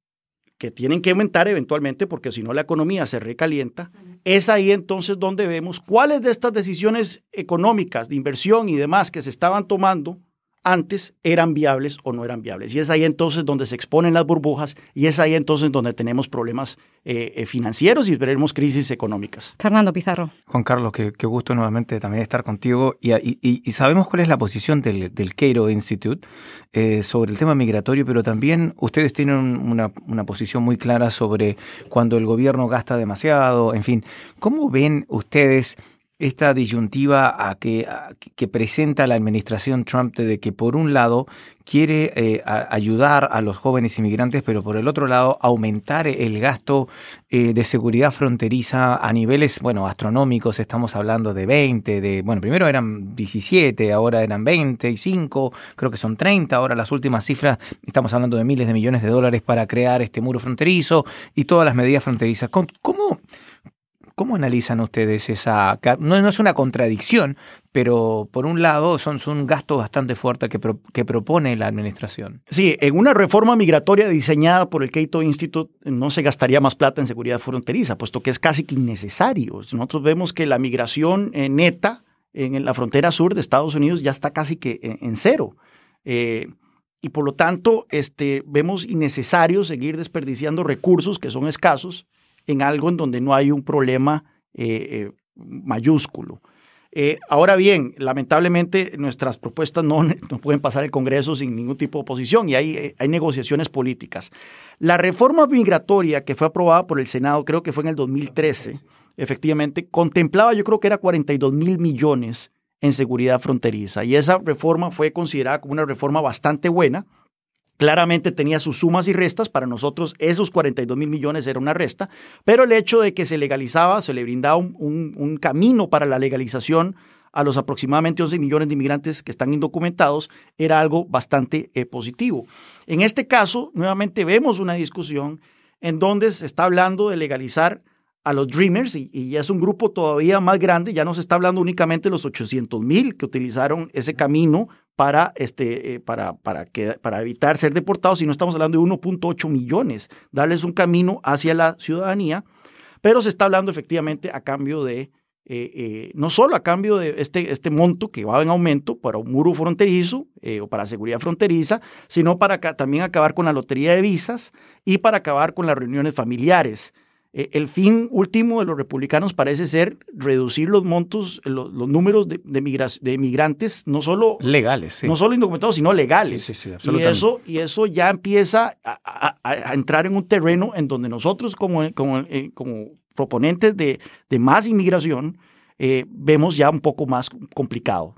que tienen que aumentar eventualmente porque si no la economía se recalienta, uh-huh. Es ahí entonces donde vemos cuáles de estas decisiones económicas de inversión y demás que se estaban tomando antes eran viables o no eran viables. Y es ahí entonces donde se exponen las burbujas y es ahí entonces donde tenemos problemas eh, financieros y veremos crisis económicas. Fernando Pizarro. Juan Carlos, qué, qué gusto nuevamente también estar contigo. Y, y, y sabemos cuál es la posición del, del Cato Institute eh, sobre el tema migratorio, pero también ustedes tienen una, una posición muy clara sobre cuando el gobierno gasta demasiado. En fin, ¿cómo ven ustedes esta disyuntiva a que, a, que presenta la administración Trump de que por un lado quiere eh, a, ayudar a los jóvenes inmigrantes, pero por el otro lado aumentar el gasto eh, de seguridad fronteriza a niveles, bueno, astronómicos? Estamos hablando de veinte, de, bueno, primero eran diecisiete, ahora eran veinticinco, creo que son treinta, ahora las últimas cifras, estamos hablando de miles de millones de dólares para crear este muro fronterizo y todas las medidas fronterizas. ¿Cómo? ¿Cómo analizan ustedes esa? No, no es una contradicción, pero por un lado son, son un gasto bastante fuerte que, pro, que propone la administración. Sí, en una reforma migratoria diseñada por el Cato Institute no se gastaría más plata en seguridad fronteriza, puesto que es casi que innecesario. Nosotros vemos que la migración eh, neta en la frontera sur de Estados Unidos ya está casi que en, en cero. Eh, y por lo tanto, este, vemos innecesario seguir desperdiciando recursos que son escasos en algo en donde no hay un problema eh, eh, mayúsculo. Eh, ahora bien, lamentablemente nuestras propuestas no, no pueden pasar el Congreso sin ningún tipo de oposición y hay, hay negociaciones políticas. La reforma migratoria que fue aprobada por el Senado, creo que fue en el dos mil trece, efectivamente, contemplaba, yo creo que era cuarenta y dos mil millones en seguridad fronteriza y esa reforma fue considerada como una reforma bastante buena. Claramente tenía sus sumas y restas. Para nosotros esos cuarenta y dos mil millones era una resta, pero el hecho de que se legalizaba, se le brindaba un, un, un camino para la legalización a los aproximadamente once millones de inmigrantes que están indocumentados era algo bastante eh, positivo. En este caso, nuevamente vemos una discusión en donde se está hablando de legalizar a los Dreamers y, y ya es un grupo todavía más grande, ya no se está hablando únicamente de los ochocientos mil que utilizaron ese camino para, este, eh, para, para, que, para evitar ser deportados, sino estamos hablando de uno punto ocho millones, darles un camino hacia la ciudadanía, pero se está hablando efectivamente a cambio de, eh, eh, no solo a cambio de este, este monto que va en aumento para un muro fronterizo eh, o para seguridad fronteriza, sino para acá, también acabar con la lotería de visas y para acabar con las reuniones familiares. Eh, el fin último de los republicanos parece ser reducir los montos, los, los números de, de, migra, de migrantes, no solo legales, sí. no solo indocumentados, sino legales. Sí, sí, sí, y, eso, y eso ya empieza a, a, a entrar en un terreno en donde nosotros como, como, eh, como proponentes de, de más inmigración eh, vemos ya un poco más complicado.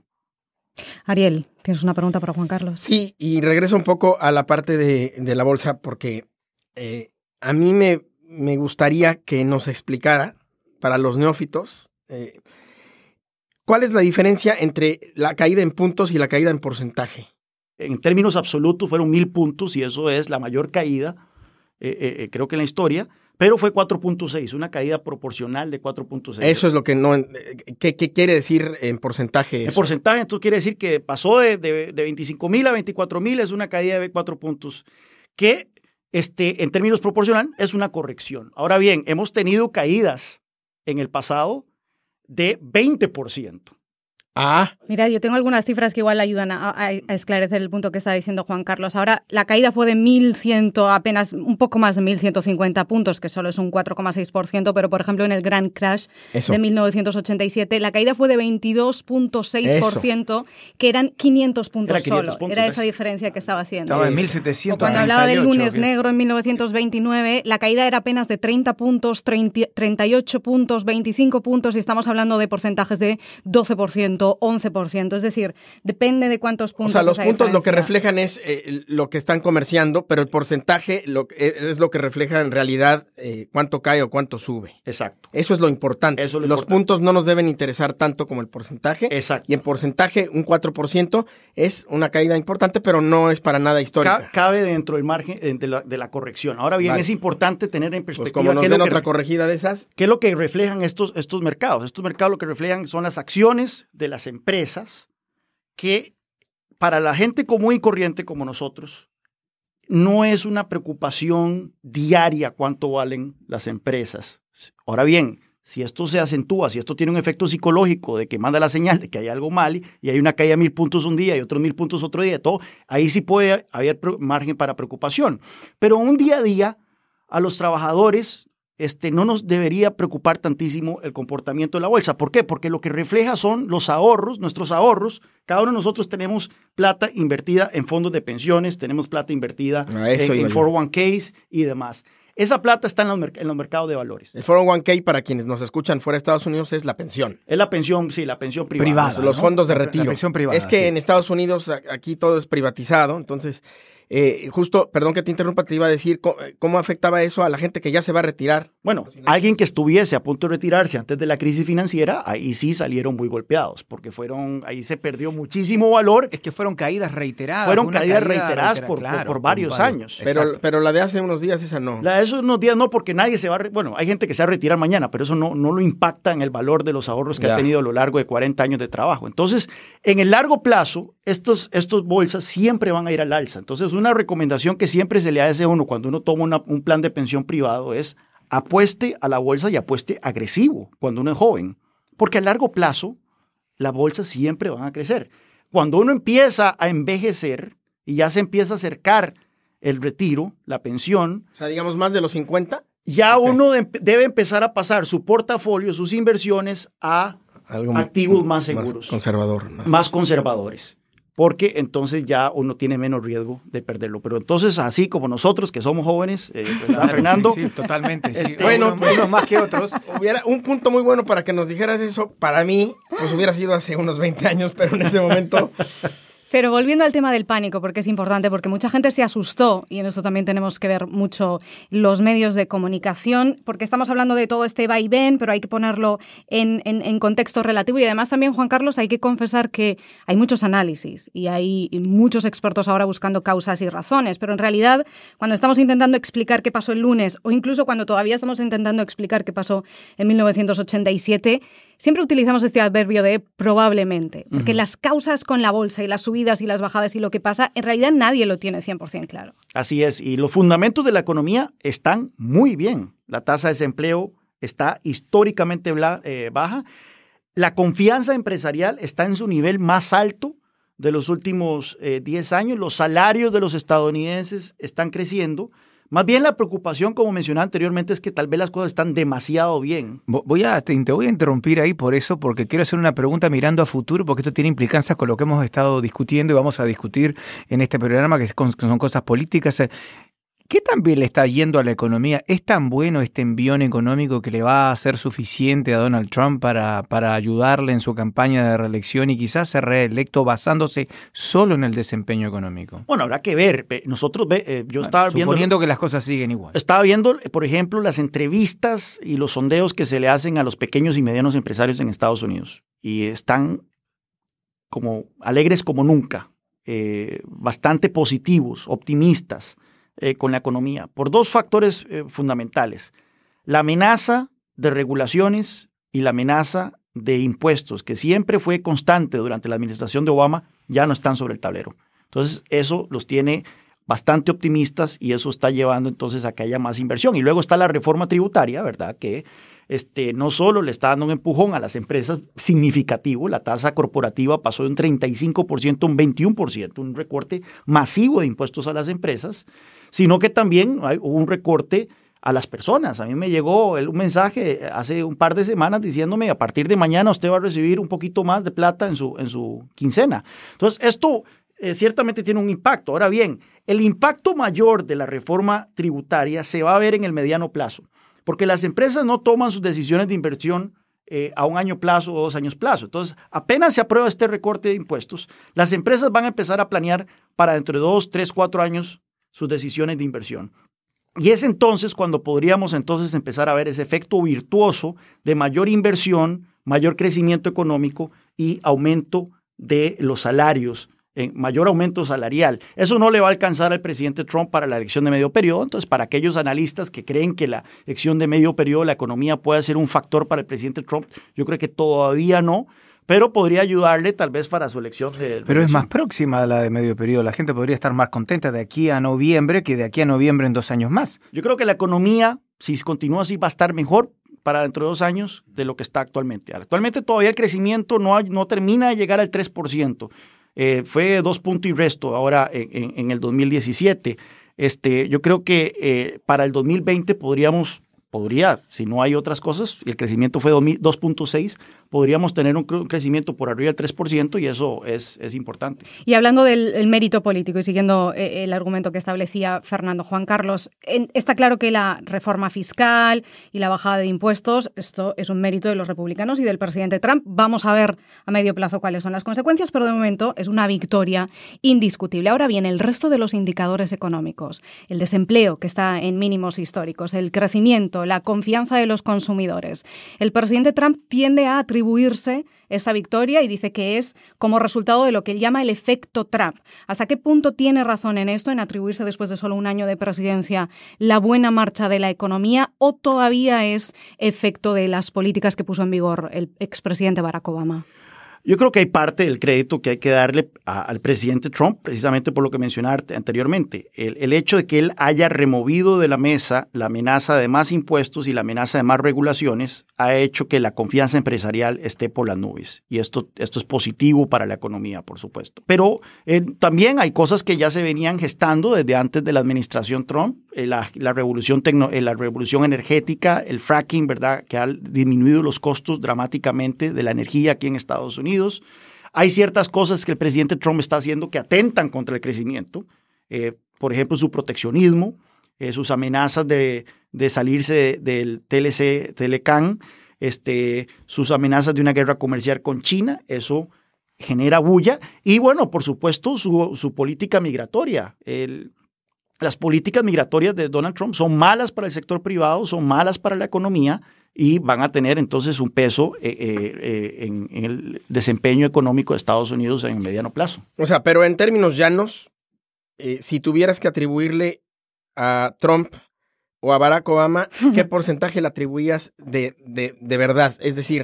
Ariel, ¿tienes una pregunta para Juan Carlos? Sí, y regreso un poco a la parte de, de la bolsa porque eh, a mí me... me gustaría que nos explicara, para los neófitos, eh, cuál es la diferencia entre la caída en puntos y la caída en porcentaje. En términos absolutos fueron mil puntos y eso es la mayor caída eh, eh, creo que en la historia, pero fue cuatro punto seis, una caída proporcional de cuatro punto seis. Eso es lo que no... ¿Qué, qué quiere decir en porcentaje eso? En porcentaje, entonces quiere decir que pasó de, de, de veinticinco mil a veinticuatro mil, es una caída de cuatro puntos, que este, en términos proporcionales es una corrección. Ahora bien, hemos tenido caídas en el pasado de veinte por ciento. Ah. Mira, yo tengo algunas cifras que igual ayudan a, a, a esclarecer el punto que está diciendo Juan Carlos. Ahora, la caída fue de mil cien, apenas un poco más de mil ciento cincuenta puntos, que solo es un cuatro coma seis por ciento, pero por ejemplo en el Gran Crash Eso. de mil novecientos ochenta y siete, la caída fue de veintidós punto seis por ciento, Eso. que eran quinientos puntos Era quinientos solo. Puntos, Era esa diferencia que estaba haciendo. Estaba en mil setecientos. O cuando hablaba del lunes que... negro en mil novecientos veintinueve, la caída era apenas de treinta puntos, treinta, treinta y ocho puntos, veinticinco puntos, y estamos hablando de porcentajes de doce por ciento, once por ciento. Es decir, depende de cuántos puntos. O sea, los puntos diferencia. Lo que reflejan es eh, lo que están comerciando, pero el porcentaje lo, eh, es lo que refleja en realidad eh, cuánto cae o cuánto sube. Exacto. Eso es lo importante. Eso es lo los importante. Puntos no nos deben interesar tanto como el porcentaje. Exacto. Y en porcentaje, un cuatro por ciento es una caída importante, pero no es para nada histórica. Cabe dentro del margen de la, de la corrección. Ahora bien, vale. es importante tener en perspectiva. Pues como nos qué den lo otra que, corregida de esas. ¿Qué es lo que reflejan estos, estos mercados? Estos mercados lo que reflejan son las acciones de las empresas que para la gente común y corriente como nosotros no es una preocupación diaria cuánto valen las empresas. Ahora bien, si esto se acentúa, si esto tiene un efecto psicológico de que manda la señal de que hay algo mal y hay una caída de mil puntos un día y otros mil puntos otro día, todo, ahí sí puede haber margen para preocupación. Pero un día a día, a los trabajadores Este, no nos debería preocupar tantísimo el comportamiento de la bolsa. ¿Por qué? Porque lo que refleja son los ahorros, nuestros ahorros. Cada uno de nosotros tenemos plata invertida en fondos de pensiones, tenemos plata invertida en, en cuatro oh uno K's y demás. Esa plata está en los, en los mercados de valores. El cuatro oh uno K, para quienes nos escuchan fuera de Estados Unidos, es la pensión. Es la pensión, sí, la pensión privada. privada los, los fondos de retiro. La pensión privada. Es que sí. en Estados Unidos aquí todo es privatizado, entonces... Eh, justo, perdón que te interrumpa, te iba a decir cómo, cómo afectaba eso a la gente que ya se va a retirar. Bueno, alguien que estuviese a punto de retirarse antes de la crisis financiera, ahí sí salieron muy golpeados, porque fueron, ahí se perdió muchísimo valor. Es que fueron caídas reiteradas. Fueron caídas caída reiteradas reitera, por, claro, por, por varios por años. Pero, pero la de hace unos días, esa no. La de esos unos días no, porque nadie se va a... Re, bueno, hay gente que se va a retirar mañana, pero eso no, no lo impacta en el valor de los ahorros que ya. ha tenido a lo largo de cuarenta años de trabajo. Entonces, en el largo plazo, estos, estos bolsas siempre van a ir al alza. Entonces, una recomendación que siempre se le hace a uno cuando uno toma una, un plan de pensión privado es apueste a la bolsa y apueste agresivo cuando uno es joven, porque a largo plazo las bolsas siempre van a crecer. Cuando uno empieza a envejecer y ya se empieza a acercar el retiro, la pensión, o sea, digamos más de los cincuenta, ya okay. uno de, debe empezar a pasar su portafolio, sus inversiones a Algo activos más seguros, más conservador, más. más conservadores. Porque entonces ya uno tiene menos riesgo de perderlo. Pero entonces, así como nosotros que somos jóvenes, eh, ¿verdad, Fernando? Sí, sí, totalmente. Sí. Este, bueno, unos, unos más que otros. Hubiera un punto muy bueno para que nos dijeras eso. Para mí, pues hubiera sido hace unos veinte años, pero en este momento... Pero volviendo al tema del pánico, porque es importante, porque mucha gente se asustó, y en eso también tenemos que ver mucho los medios de comunicación, porque estamos hablando de todo este va y ven, pero hay que ponerlo en, en, en contexto relativo. Y además también, Juan Carlos, hay que confesar que hay muchos análisis y hay muchos expertos ahora buscando causas y razones, pero en realidad, cuando estamos intentando explicar qué pasó el lunes, o incluso cuando todavía estamos intentando explicar qué pasó en mil novecientos ochenta y siete, siempre utilizamos este adverbio de probablemente, porque uh-huh. las causas con la bolsa y las subidas y las bajadas y lo que pasa, en realidad nadie lo tiene cien por ciento claro. Así es, y los fundamentos de la economía están muy bien. La tasa de desempleo está históricamente bla, eh, baja. La confianza empresarial está en su nivel más alto de los últimos eh, diez años. Los salarios de los estadounidenses están creciendo. Más bien la preocupación, como mencionaba anteriormente, es que tal vez las cosas están demasiado bien. Voy a, te, te voy a interrumpir ahí por eso, porque quiero hacer una pregunta mirando a futuro, porque esto tiene implicancias con lo que hemos estado discutiendo y vamos a discutir en este programa, que son cosas políticas. ¿Qué tan bien le está yendo a la economía? ¿Es tan bueno este envión económico que le va a ser suficiente a Donald Trump para, para ayudarle en su campaña de reelección y quizás ser reelecto basándose solo en el desempeño económico? Bueno, habrá que ver. Nosotros, eh, yo estaba bueno, viendo... Suponiendo que las cosas siguen igual. Estaba viendo, por ejemplo, las entrevistas y los sondeos que se le hacen a los pequeños y medianos empresarios en Estados Unidos. Y están como alegres como nunca, eh, bastante positivos, optimistas. eh, con la economía por dos factores eh, fundamentales. La amenaza de regulaciones y la amenaza de impuestos, que siempre fue constante durante la administración de Obama, ya no están sobre el tablero. Entonces, eso los tiene bastante optimistas y eso está llevando entonces a que haya más inversión. Y luego está la reforma tributaria, ¿verdad? Que este, no solo le está dando un empujón a las empresas significativo, la tasa corporativa pasó de un treinta y cinco por ciento a un veintiuno por ciento, un recorte masivo de impuestos a las empresas, sino que también hay, hubo un recorte a las personas. A mí me llegó un mensaje hace un par de semanas diciéndome a partir de mañana usted va a recibir un poquito más de plata en su, en su quincena. Entonces, esto eh, ciertamente tiene un impacto. Ahora bien, el impacto mayor de la reforma tributaria se va a ver en el mediano plazo, porque las empresas no toman sus decisiones de inversión eh, a un año plazo o dos años plazo. Entonces, apenas se aprueba este recorte de impuestos, las empresas van a empezar a planear para dentro de dos, tres, cuatro años sus decisiones de inversión. Y es entonces cuando podríamos entonces empezar a ver ese efecto virtuoso de mayor inversión, mayor crecimiento económico y aumento de los salarios, eh, mayor aumento salarial. Eso no le va a alcanzar al presidente Trump para la elección de medio periodo. Entonces, para aquellos analistas que creen que la elección de medio periodo, la economía puede ser un factor para el presidente Trump, yo creo que todavía no. Pero podría ayudarle tal vez para su elección. De, pero de es más próxima la de medio periodo. La gente podría estar más contenta de aquí a noviembre que de aquí a noviembre en dos años más. Yo creo que la economía, si continúa así, va a estar mejor para dentro de dos años de lo que está actualmente. Actualmente todavía el crecimiento no, hay, no termina de llegar al tres por ciento. Eh, fue dos puntos y resto ahora en, en, en el dos mil diecisiete. Este, yo creo que eh, para el dos mil veinte podríamos... Podría, si no hay otras cosas, y el crecimiento fue dos punto seis, podríamos tener un crecimiento por arriba del tres por ciento y eso es, es importante. Y hablando del el mérito político y siguiendo eh, el argumento que establecía Fernando, Juan Carlos, en, está claro que la reforma fiscal y la bajada de impuestos, esto es un mérito de los republicanos y del presidente Trump. Vamos a ver a medio plazo cuáles son las consecuencias, pero de momento es una victoria indiscutible. Ahora bien, el resto de los indicadores económicos, el desempleo que está en mínimos históricos, el crecimiento, la confianza de los consumidores. El presidente Trump tiende a atribuirse esta victoria y dice que es como resultado de lo que él llama el efecto Trump. ¿Hasta qué punto tiene razón en esto, en atribuirse después de solo un año de presidencia la buena marcha de la economía, o todavía es efecto de las políticas que puso en vigor el expresidente Barack Obama? Yo creo que hay parte del crédito que hay que darle a, al presidente Trump, precisamente por lo que mencionaste anteriormente. El, el hecho de que él haya removido de la mesa la amenaza de más impuestos y la amenaza de más regulaciones ha hecho que la confianza empresarial esté por las nubes. Y esto, esto es positivo para la economía, por supuesto. Pero eh, también hay cosas que ya se venían gestando desde antes de la administración Trump. Eh, la, la, revolución tecno, eh, la revolución energética, el fracking, ¿verdad?, que ha disminuido los costos dramáticamente de la energía aquí en Estados Unidos. Hay ciertas cosas que el presidente Trump está haciendo que atentan contra el crecimiento. Eh, por ejemplo, su proteccionismo, eh, sus amenazas de, de salirse de, del T L C, Telecan, este, sus amenazas de una guerra comercial con China. Eso genera bulla. Y bueno, por supuesto, su, su política migratoria. El, las políticas migratorias de Donald Trump son malas para el sector privado, son malas para la economía, y van a tener entonces un peso eh, eh, en, en el desempeño económico de Estados Unidos en el mediano plazo. O sea, pero en términos llanos, eh, si tuvieras que atribuirle a Trump o a Barack Obama, ¿qué porcentaje le atribuías de, de, de verdad? Es decir,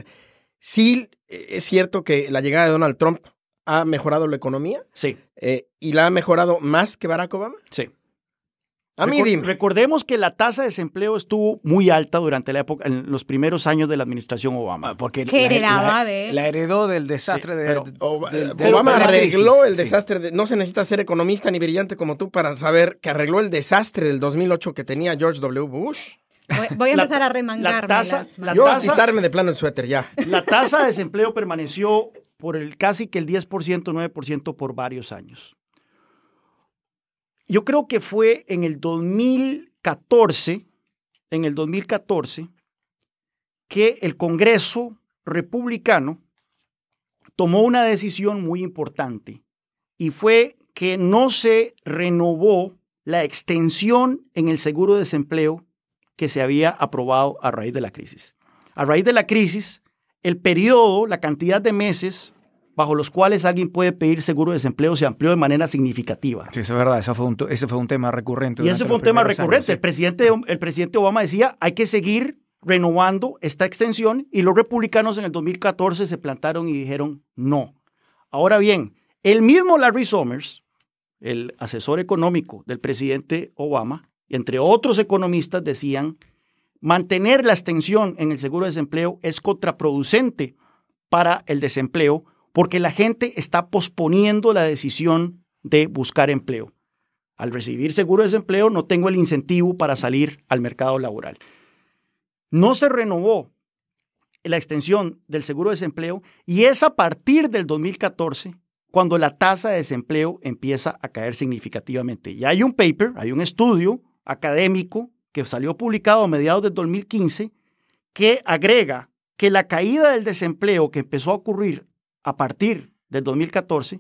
¿sí es cierto que la llegada de Donald Trump ha mejorado la economía? Sí. Eh, ¿Y la ha mejorado más que Barack Obama? Sí. A mí dime. Recordemos que la tasa de desempleo estuvo muy alta durante la época, en los primeros años de la administración Obama. Porque ¿Qué heredaba la, de? La heredó del desastre sí, de, pero, de, Obama, de, de Obama de arregló crisis, el sí. desastre. De, no se necesita ser economista ni brillante como tú para saber que arregló el desastre del dos mil ocho que tenía George W. Bush. Voy, voy a empezar la, a remangarme. La tasa, las la Yo tasa, a quitarme de plano el suéter ya. La tasa de desempleo permaneció por el casi que el diez por ciento, nueve por ciento por varios años. Yo creo que fue en el dos mil catorce, en el dos mil catorce, que el Congreso republicano tomó una decisión muy importante y fue que no se renovó la extensión en el seguro de desempleo que se había aprobado a raíz de la crisis. A raíz de la crisis, el periodo, la cantidad de meses bajo los cuales alguien puede pedir seguro de desempleo se amplió de manera significativa. Sí, eso es verdad, eso fue un, ese fue un tema recurrente. Y ese fue un tema recurrente. Años, sí. el, presidente, el presidente Obama decía, hay que seguir renovando esta extensión, y los republicanos en el dos mil catorce se plantaron y dijeron no. Ahora bien, el mismo Larry Summers, el asesor económico del presidente Obama, entre otros economistas, decían mantener la extensión en el seguro de desempleo es contraproducente para el desempleo porque la gente está posponiendo la decisión de buscar empleo. Al recibir seguro de desempleo no tengo el incentivo para salir al mercado laboral. No se renovó la extensión del seguro de desempleo y es a partir del dos mil catorce cuando la tasa de desempleo empieza a caer significativamente. Y hay un paper, hay un estudio académico que salió publicado a mediados del dos mil quince que agrega que la caída del desempleo que empezó a ocurrir a partir del dos mil catorce,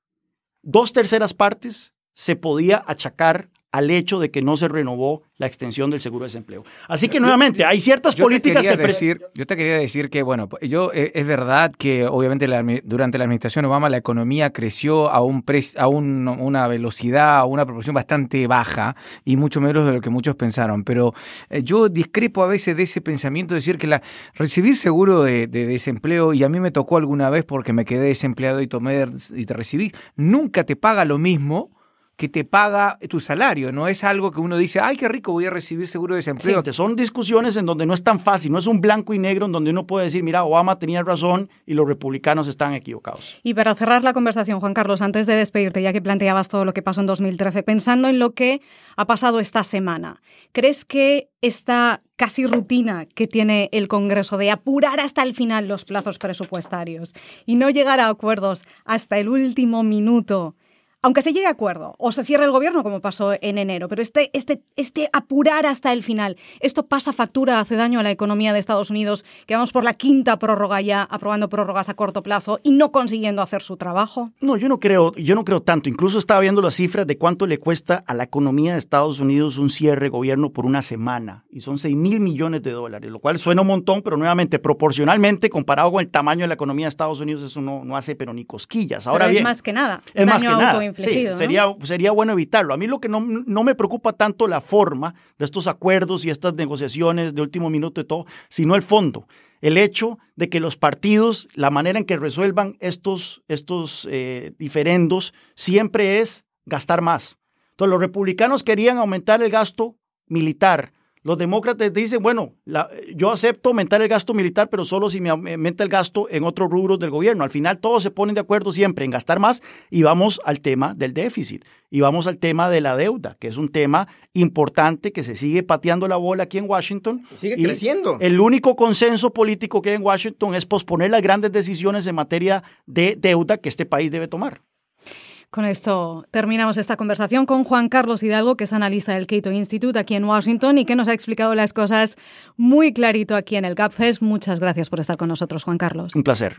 dos terceras partes se podía achacar al hecho de que no se renovó la extensión del seguro de desempleo. Así que nuevamente, hay ciertas yo políticas que... Decir, yo te quería decir que, bueno, yo eh, es verdad que obviamente la, durante la administración Obama la economía creció a, un pre, a un, una velocidad, a una proporción bastante baja y mucho menos de lo que muchos pensaron. Pero eh, yo discrepo a veces de ese pensamiento de decir que la, recibir seguro de, de desempleo, y a mí me tocó alguna vez porque me quedé desempleado y tomé y te recibí, nunca te paga lo mismo que te paga tu salario. No es algo que uno dice, ay, qué rico, voy a recibir seguro de desempleo. Sí, son discusiones en donde no es tan fácil, no es un blanco y negro en donde uno puede decir, mira, Obama tenía razón y los republicanos están equivocados. Y para cerrar la conversación, Juan Carlos, antes de despedirte, ya que planteabas todo lo que pasó en dos mil trece, pensando en lo que ha pasado esta semana, ¿crees que esta casi rutina que tiene el Congreso de apurar hasta el final los plazos presupuestarios y no llegar a acuerdos hasta el último minuto, aunque se llegue a acuerdo o se cierre el gobierno como pasó en enero, pero este, este, este apurar hasta el final, esto pasa factura, hace daño a la economía de Estados Unidos, que vamos por la quinta prórroga ya, aprobando prórrogas a corto plazo y no consiguiendo hacer su trabajo? No, yo no creo, yo no creo tanto. Incluso estaba viendo las cifras de cuánto le cuesta a la economía de Estados Unidos un cierre de gobierno por una semana, y son seis mil millones de dólares, lo cual suena un montón, pero nuevamente, proporcionalmente, comparado con el tamaño de la economía de Estados Unidos, eso no, no hace pero ni cosquillas. Ahora pero es bien, más que nada. Es más que nada. Sí, ¿no? sería, sería bueno evitarlo. A mí lo que no, no me preocupa tanto la forma de estos acuerdos y estas negociaciones de último minuto y todo, sino el fondo. El hecho de que los partidos, la manera en que resuelvan estos, estos eh, diferendos, siempre es gastar más. Entonces, los republicanos querían aumentar el gasto militar. Los demócratas dicen, bueno, la, yo acepto aumentar el gasto militar, pero solo si me aumenta el gasto en otros rubros del gobierno. Al final todos se ponen de acuerdo siempre en gastar más y vamos al tema del déficit y vamos al tema de la deuda, que es un tema importante que se sigue pateando la bola aquí en Washington. Sigue y creciendo. El único consenso político que hay en Washington es posponer las grandes decisiones en materia de deuda que este país debe tomar. Con esto terminamos esta conversación con Juan Carlos Hidalgo, que es analista del Cato Institute aquí en Washington y que nos ha explicado las cosas muy clarito aquí en el GapFest. Muchas gracias por estar con nosotros, Juan Carlos. Un placer.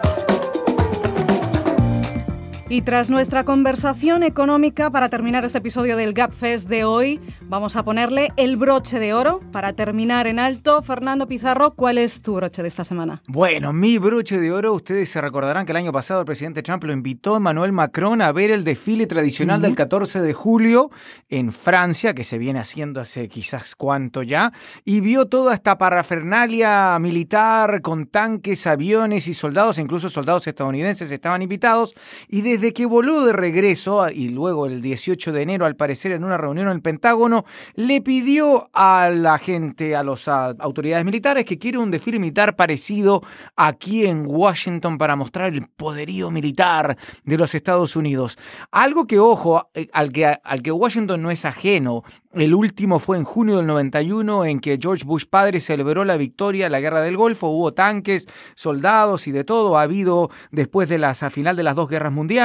Y tras nuestra conversación económica, para terminar este episodio del GapFest de hoy, vamos a ponerle el broche de oro para terminar en alto. Fernando Pizarro, ¿cuál es tu broche de esta semana? Bueno, mi broche de oro, ustedes se recordarán que el año pasado el presidente Trump lo invitó a Emmanuel Macron a ver el desfile tradicional uh-huh. del catorce de julio en Francia, que se viene haciendo hace quizás cuánto ya, y vio toda esta parafernalia militar con tanques, aviones y soldados, incluso soldados estadounidenses estaban invitados, y desde Desde que voló de regreso, y luego el dieciocho de enero, al parecer en una reunión en el Pentágono, le pidió a la gente, a las autoridades militares, que quiere un desfile militar parecido aquí en Washington para mostrar el poderío militar de los Estados Unidos. Algo que, ojo, al que, al que Washington no es ajeno. El último fue en junio del noventa y uno, en que George Bush padre celebró la victoria en la Guerra del Golfo. Hubo tanques, soldados y de todo. Ha habido después de la final de las dos guerras mundiales.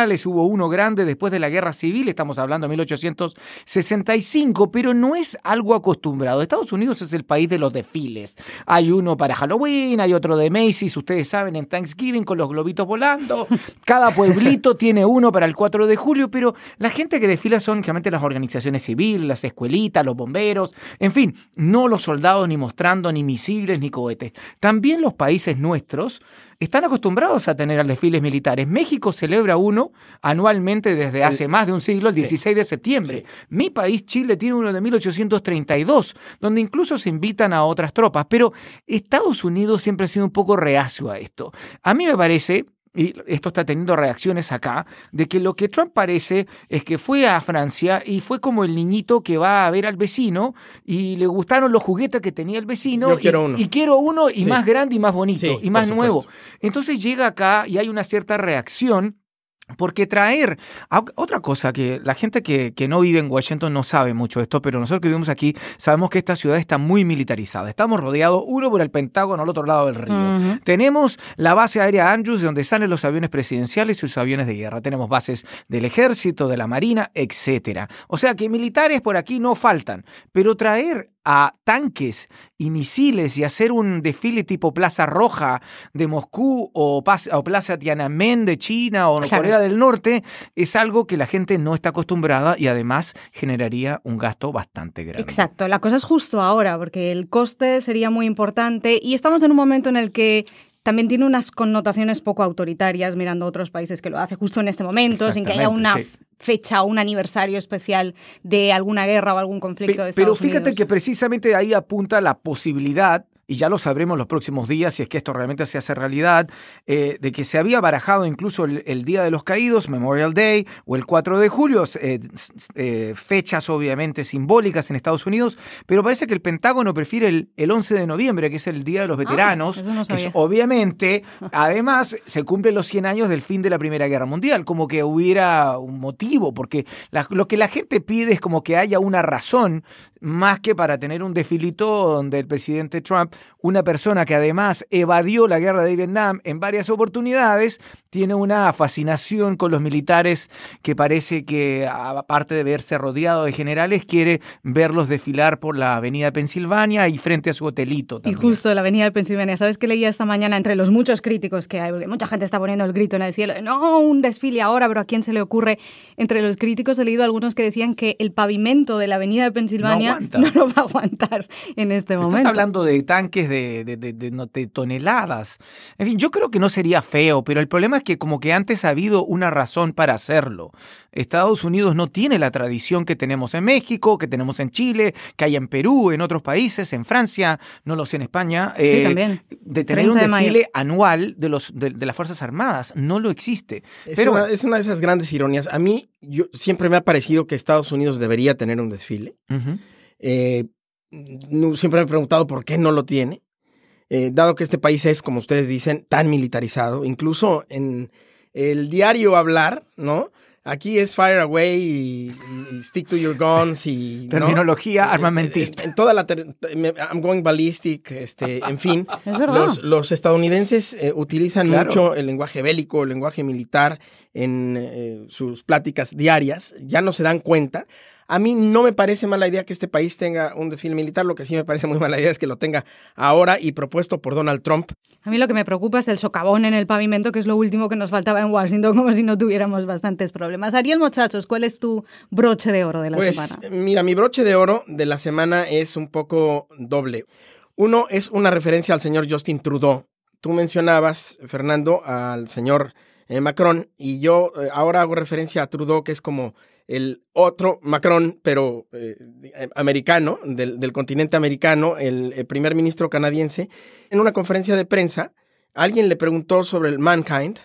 militares, hubo uno grande después de la Guerra Civil, estamos hablando de mil ochocientos sesenta y cinco, pero no es algo acostumbrado. Estados Unidos es el país de los desfiles. Hay uno para Halloween, hay otro de Macy's, ustedes saben, en Thanksgiving con los globitos volando. Cada pueblito tiene uno para el cuatro de julio, pero la gente que desfila son generalmente las organizaciones civiles, las escuelitas, los bomberos, en fin, no los soldados ni mostrando ni misiles ni cohetes. También los países nuestros están acostumbrados a tener desfiles militares. México celebra uno anualmente desde hace más de un siglo, el dieciséis de septiembre. Sí. Mi país, Chile, tiene uno de mil ochocientos treinta y dos, donde incluso se invitan a otras tropas. Pero Estados Unidos siempre ha sido un poco reacio a esto. A mí me parece, y esto está teniendo reacciones acá, de que lo que Trump parece es que fue a Francia y fue como el niñito que va a ver al vecino y le gustaron los juguetes que tenía el vecino. Yo quiero y, uno. Y quiero uno y sí. más grande y más bonito sí, y más nuevo. Supuesto. Entonces llega acá y hay una cierta reacción. Porque traer, otra cosa que la gente que, que no vive en Washington no sabe mucho esto, pero nosotros que vivimos aquí sabemos que esta ciudad está muy militarizada. Estamos rodeados uno por el Pentágono al otro lado del río. Uh-huh. Tenemos la base aérea Andrews, de donde salen los aviones presidenciales y sus aviones de guerra. Tenemos bases del ejército, de la marina, etcétera. O sea que militares por aquí no faltan, pero traer a tanques y misiles y hacer un desfile tipo Plaza Roja de Moscú o, o Plaza Tiananmen de China o claro. Corea del Norte es algo que la gente no está acostumbrada y además generaría un gasto bastante grande. Exacto, la cosa es justo ahora porque el coste sería muy importante y estamos en un momento en el que también tiene unas connotaciones poco autoritarias mirando a otros países que lo hace justo en este momento, sin que haya una sí. fecha o un aniversario especial de alguna guerra o algún conflicto Pe- de Estados Pero fíjate Unidos. que precisamente ahí apunta la posibilidad, y ya lo sabremos los próximos días si es que esto realmente se hace realidad, eh, de que se había barajado incluso el, el Día de los Caídos, Memorial Day, o el cuatro de julio, eh, eh, fechas obviamente simbólicas en Estados Unidos, pero parece que el Pentágono prefiere el, el once de noviembre, que es el Día de los Veteranos, ah, eso no sabía. que es, obviamente, además, se cumplen los cien años del fin de la Primera Guerra Mundial, como que hubiera un motivo, porque la, lo que la gente pide es como que haya una razón, más que para tener un desfilito donde el presidente Trump, una persona que además evadió la guerra de Vietnam en varias oportunidades, tiene una fascinación con los militares que parece que, aparte de verse rodeado de generales, quiere verlos desfilar por la avenida de Pensilvania y frente a su hotelito también. Y justo la avenida de Pensilvania. ¿Sabes qué leía esta mañana entre los muchos críticos que hay? Porque mucha gente está poniendo el grito en el cielo. No, un desfile ahora, pero ¿a quién se le ocurre? Entre los críticos he leído algunos que decían que el pavimento de la avenida de Pensilvania no, no lo va a aguantar en este Estás momento. hablando de tanques de, de, de, de, de toneladas. En fin, yo creo que no sería feo, pero el problema es que como que antes ha habido una razón para hacerlo. Estados Unidos no tiene la tradición que tenemos en México, que tenemos en Chile, que hay en Perú, en otros países, en Francia, no lo sé, en España. Sí, eh, también. De tener un desfile de anual de, los, de, de las Fuerzas Armadas. No lo existe. Es, pero, una, es una de esas grandes ironías. A mí yo, siempre me ha parecido que Estados Unidos debería tener un desfile. Uh-huh. Eh, siempre me he preguntado por qué no lo tiene. Eh, dado que este país es, como ustedes dicen, tan militarizado, incluso en el diario hablar, ¿no? Aquí es fire away y, y stick to your guns y... Terminología ¿no? armamentista. En, en toda la... Ter- I'm going ballistic, este, en fin. los, los estadounidenses eh, utilizan claro. mucho el lenguaje bélico, el lenguaje militar en eh, sus pláticas diarias. Ya no se dan cuenta. A mí no me parece mala idea que este país tenga un desfile militar. Lo que sí me parece muy mala idea es que lo tenga ahora y propuesto por Donald Trump. A mí lo que me preocupa es el socavón en el pavimento, que es lo último que nos faltaba en Washington, como si no tuviéramos bastantes problemas. Ariel, muchachos, ¿cuál es tu broche de oro de la pues, semana? Mira, mi broche de oro de la semana es un poco doble. Uno es una referencia al señor Justin Trudeau. Tú mencionabas, Fernando, al señor eh, Macron, y yo eh, ahora hago referencia a Trudeau, que es como el otro Macron, pero eh, americano, del, del continente americano, el, el primer ministro canadiense. En una conferencia de prensa, alguien le preguntó sobre el mankind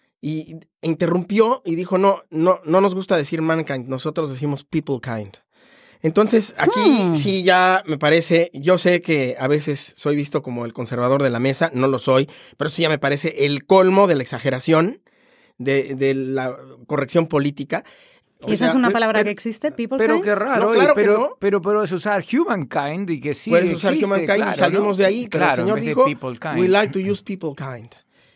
y interrumpió y dijo, no, no, no nos gusta decir mankind, nosotros decimos people kind. Entonces, aquí hmm. sí ya me parece, yo sé que a veces soy visto como el conservador de la mesa, no lo soy, pero sí ya me parece el colmo de la exageración, de, de la corrección política. ¿Y esa es una palabra pero, que existe? People pero kind? Qué raro, no, claro pero, que no. pero puedes usar humankind y que sí puedes existe, usar humankind claro, y salimos ¿no? de ahí, pero claro, el señor dijo, we like to use people kind.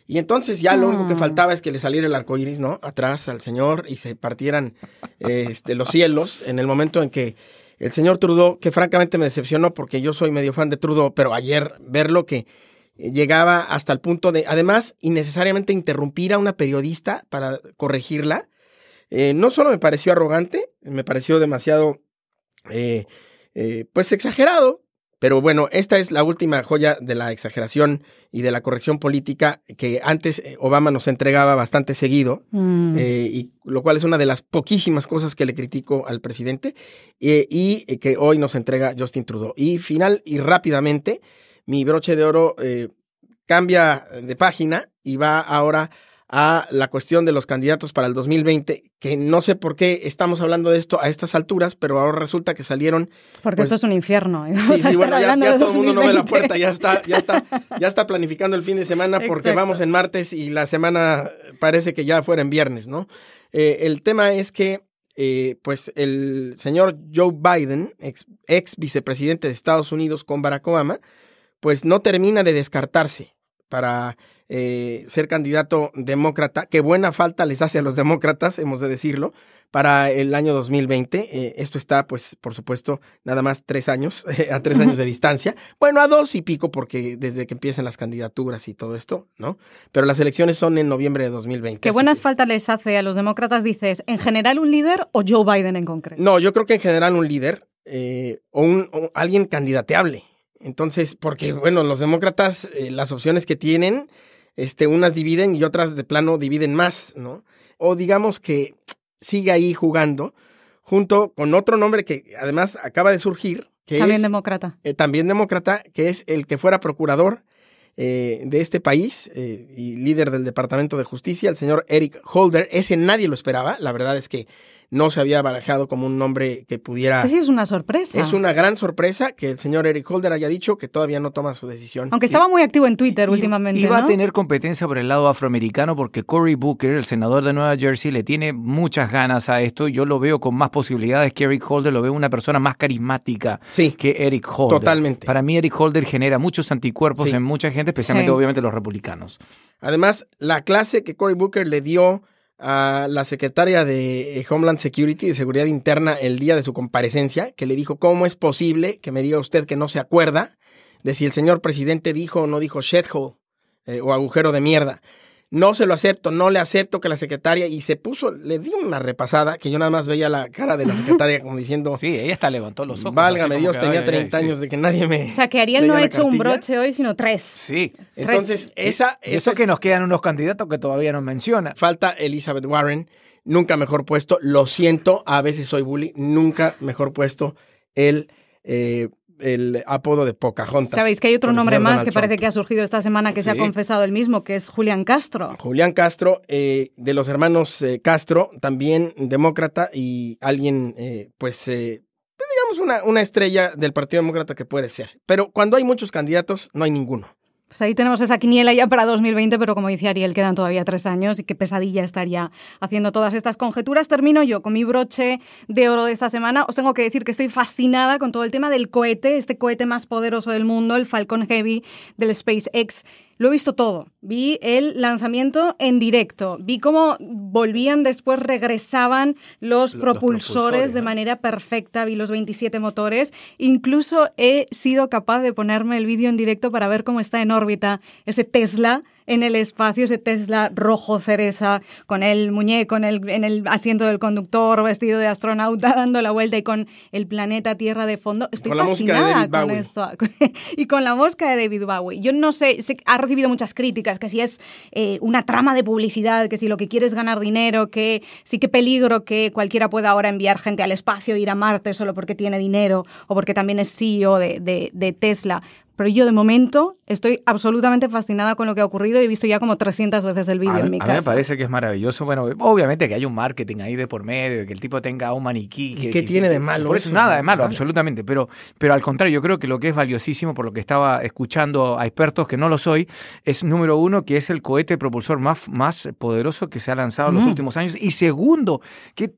Y entonces ya lo único que faltaba es que le saliera el arco iris, ¿no? Atrás al señor y se partieran eh, este, los cielos en el momento en que el señor Trudeau, que francamente me decepcionó porque yo soy medio fan de Trudeau, pero ayer verlo que llegaba hasta el punto de, además, innecesariamente interrumpir a una periodista para corregirla, eh, no solo me pareció arrogante, me pareció demasiado, eh, eh, pues exagerado. Pero bueno, esta es la última joya de la exageración y de la corrección política que antes Obama nos entregaba bastante seguido, mm. eh, y lo cual es una de las poquísimas cosas que le critico al presidente, eh, y que hoy nos entrega Justin Trudeau. Y final y rápidamente, mi broche de oro eh, cambia de página y va ahora a la cuestión de los candidatos para el dos mil veinte, que no sé por qué estamos hablando de esto a estas alturas, pero ahora resulta que salieron... Porque pues, esto es un infierno. Sí, sí, bueno, ya, ya todo el mundo no ve la puerta, ya está, ya está, ya está planificando el fin de semana porque Exacto. vamos en martes y la semana parece que ya fuera en viernes, ¿no? Eh, el tema es que, eh, pues, el señor Joe Biden, ex, ex vicepresidente de Estados Unidos con Barack Obama, pues no termina de descartarse para... Eh, ser candidato demócrata, que buena falta les hace a los demócratas, hemos de decirlo, para el año dos mil veinte. Eh, esto está, pues, por supuesto, nada más tres años, eh, a tres años de distancia. Bueno, a dos y pico, porque desde que empiezan las candidaturas y todo esto, ¿no? Pero las elecciones son en noviembre de dos mil veinte. ¿Qué buenas que... faltas les hace a los demócratas, dices, en general un líder o Joe Biden en concreto? No, yo creo que en general un líder eh, o, un, o alguien candidateable. Entonces, porque, bueno, los demócratas, eh, las opciones que tienen... Este, unas dividen y otras de plano dividen más, ¿no? O digamos que sigue ahí jugando junto con otro nombre que además acaba de surgir. Que también es, demócrata. Eh, también demócrata, que es el que fuera procurador eh, de este país eh, y líder del Departamento de Justicia, el señor Eric Holder. Ese nadie lo esperaba, la verdad es que no se había barajado como un nombre que pudiera... Sí, sí, es una sorpresa. Es una gran sorpresa que el señor Eric Holder haya dicho que todavía no toma su decisión. Aunque estaba muy activo en Twitter y, últimamente, y va ¿no? a tener competencia por el lado afroamericano porque Cory Booker, el senador de Nueva Jersey, le tiene muchas ganas a esto. Yo lo veo con más posibilidades que Eric Holder. Lo veo una persona más carismática sí, que Eric Holder. Totalmente. Para mí Eric Holder genera muchos anticuerpos sí. en mucha gente, especialmente sí. obviamente los republicanos. Además, la clase que Cory Booker le dio a la secretaria de Homeland Security, de Seguridad Interna, el día de su comparecencia, que le dijo, ¿cómo es posible que me diga usted que no se acuerda de si el señor presidente dijo o no dijo shithole eh, o agujero de mierda? No se lo acepto, no le acepto que la secretaria, y se puso, le di una repasada, que yo nada más veía la cara de la secretaria como diciendo... Sí, ella hasta levantó los ojos. Válgame Dios, tenía treinta años sí. de que nadie me... O sea, que Ariel no ha hecho un broche hoy, sino tres. Sí. Entonces, tres. esa... Eso esa es... que nos quedan unos candidatos que todavía no menciona. Falta Elizabeth Warren, nunca mejor puesto, lo siento, a veces soy bully, nunca mejor puesto el... Eh, el apodo de Pocahontas. Sabéis que hay otro nombre más que parece que ha surgido esta semana que sí. se ha confesado él mismo, que es Julián Castro. Julián Castro, eh, de los hermanos eh, Castro, también demócrata y alguien, eh, pues, eh, digamos una, una estrella del Partido Demócrata que puede ser. Pero cuando hay muchos candidatos, no hay ninguno. Pues ahí tenemos esa quiniela ya para dos mil veinte, pero como dice Ariel, quedan todavía tres años y qué pesadilla estaría haciendo todas estas conjeturas. Termino yo con mi broche de oro de esta semana. Os tengo que decir que estoy fascinada con todo el tema del cohete, este cohete más poderoso del mundo, el Falcon Heavy del SpaceX. Lo he visto todo. Vi el lanzamiento en directo. Vi cómo volvían después, regresaban los, los propulsores, propulsores de ¿no? manera perfecta. Vi los veintisiete motores. Incluso he sido capaz de ponerme el vídeo en directo para ver cómo está en órbita ese Tesla en el espacio, ese Tesla rojo cereza, con el muñeco en el, en el asiento del conductor, vestido de astronauta, dando la vuelta y con el planeta Tierra de fondo. Estoy con fascinada con esto. Y con la mosca de David Bowie. Yo no sé, sé ha recibido muchas críticas, que si es eh, una trama de publicidad, que si lo que quiere es ganar dinero, que sí que peligro que cualquiera pueda ahora enviar gente al espacio, ir a Marte solo porque tiene dinero o porque también es C E O de, de, de Tesla. Pero yo de momento estoy absolutamente fascinada con lo que ha ocurrido y he visto ya como trescientas veces el vídeo en mi casa. A mí me parece que es maravilloso. Bueno, obviamente que hay un marketing ahí de por medio, que el tipo tenga un maniquí. Que, ¿Qué que, tiene de malo? Por eso, eso nada de malo, ¿vale? Absolutamente. Pero, pero al contrario, yo creo que lo que es valiosísimo, por lo que estaba escuchando a expertos que no lo soy, es número uno, que es el cohete propulsor más, más poderoso que se ha lanzado en mm. los últimos años. Y segundo, que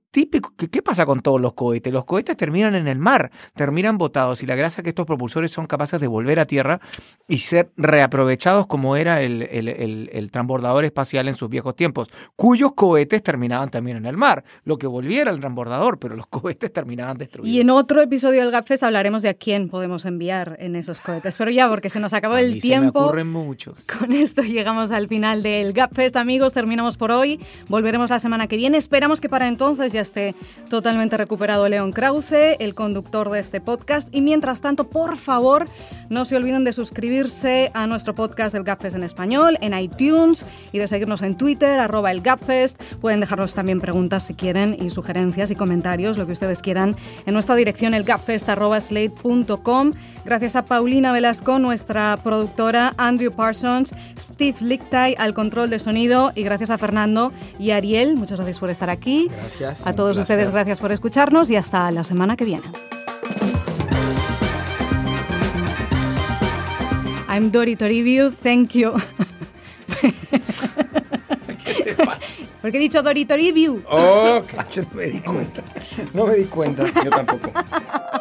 típico. ¿Qué, ¿Qué pasa con todos los cohetes? Los cohetes terminan en el mar, terminan botados, y la gracia es que estos propulsores son capaces de volver a tierra y ser reaprovechados como era el, el, el, el transbordador espacial en sus viejos tiempos, cuyos cohetes terminaban también en el mar. Lo que volvía era el transbordador, pero los cohetes terminaban destruidos. Y en otro episodio del GapFest hablaremos de a quién podemos enviar en esos cohetes. Pero ya, porque se nos acabó A el mí tiempo. Se me ocurren muchos. Con esto llegamos al final del GapFest, amigos. Terminamos por hoy. Volveremos la semana que viene. Esperamos que para entonces ya esté totalmente recuperado León Krause, el conductor de este podcast. Y mientras tanto, por favor, no se olviden de suscribirse a nuestro podcast del GapFest en español, en iTunes, y de seguirnos en Twitter, arroba el GapFest. Pueden dejarnos también preguntas si quieren y sugerencias y comentarios, lo que ustedes quieran, en nuestra dirección elgapfest arroba slate punto com. Gracias a Paulina Velasco, nuestra productora, Andrew Parsons, Steve Lichtai al control de sonido, y gracias a Fernando y Ariel. Muchas gracias por estar aquí. Gracias. A todos ustedes, gracias por escucharnos y hasta la semana que viene. I'm Dori Toribio, thank you. ¿Qué te pasa? Porque he dicho Dori Toribio. Oh, Yo no me di cuenta. No me di cuenta. yo tampoco.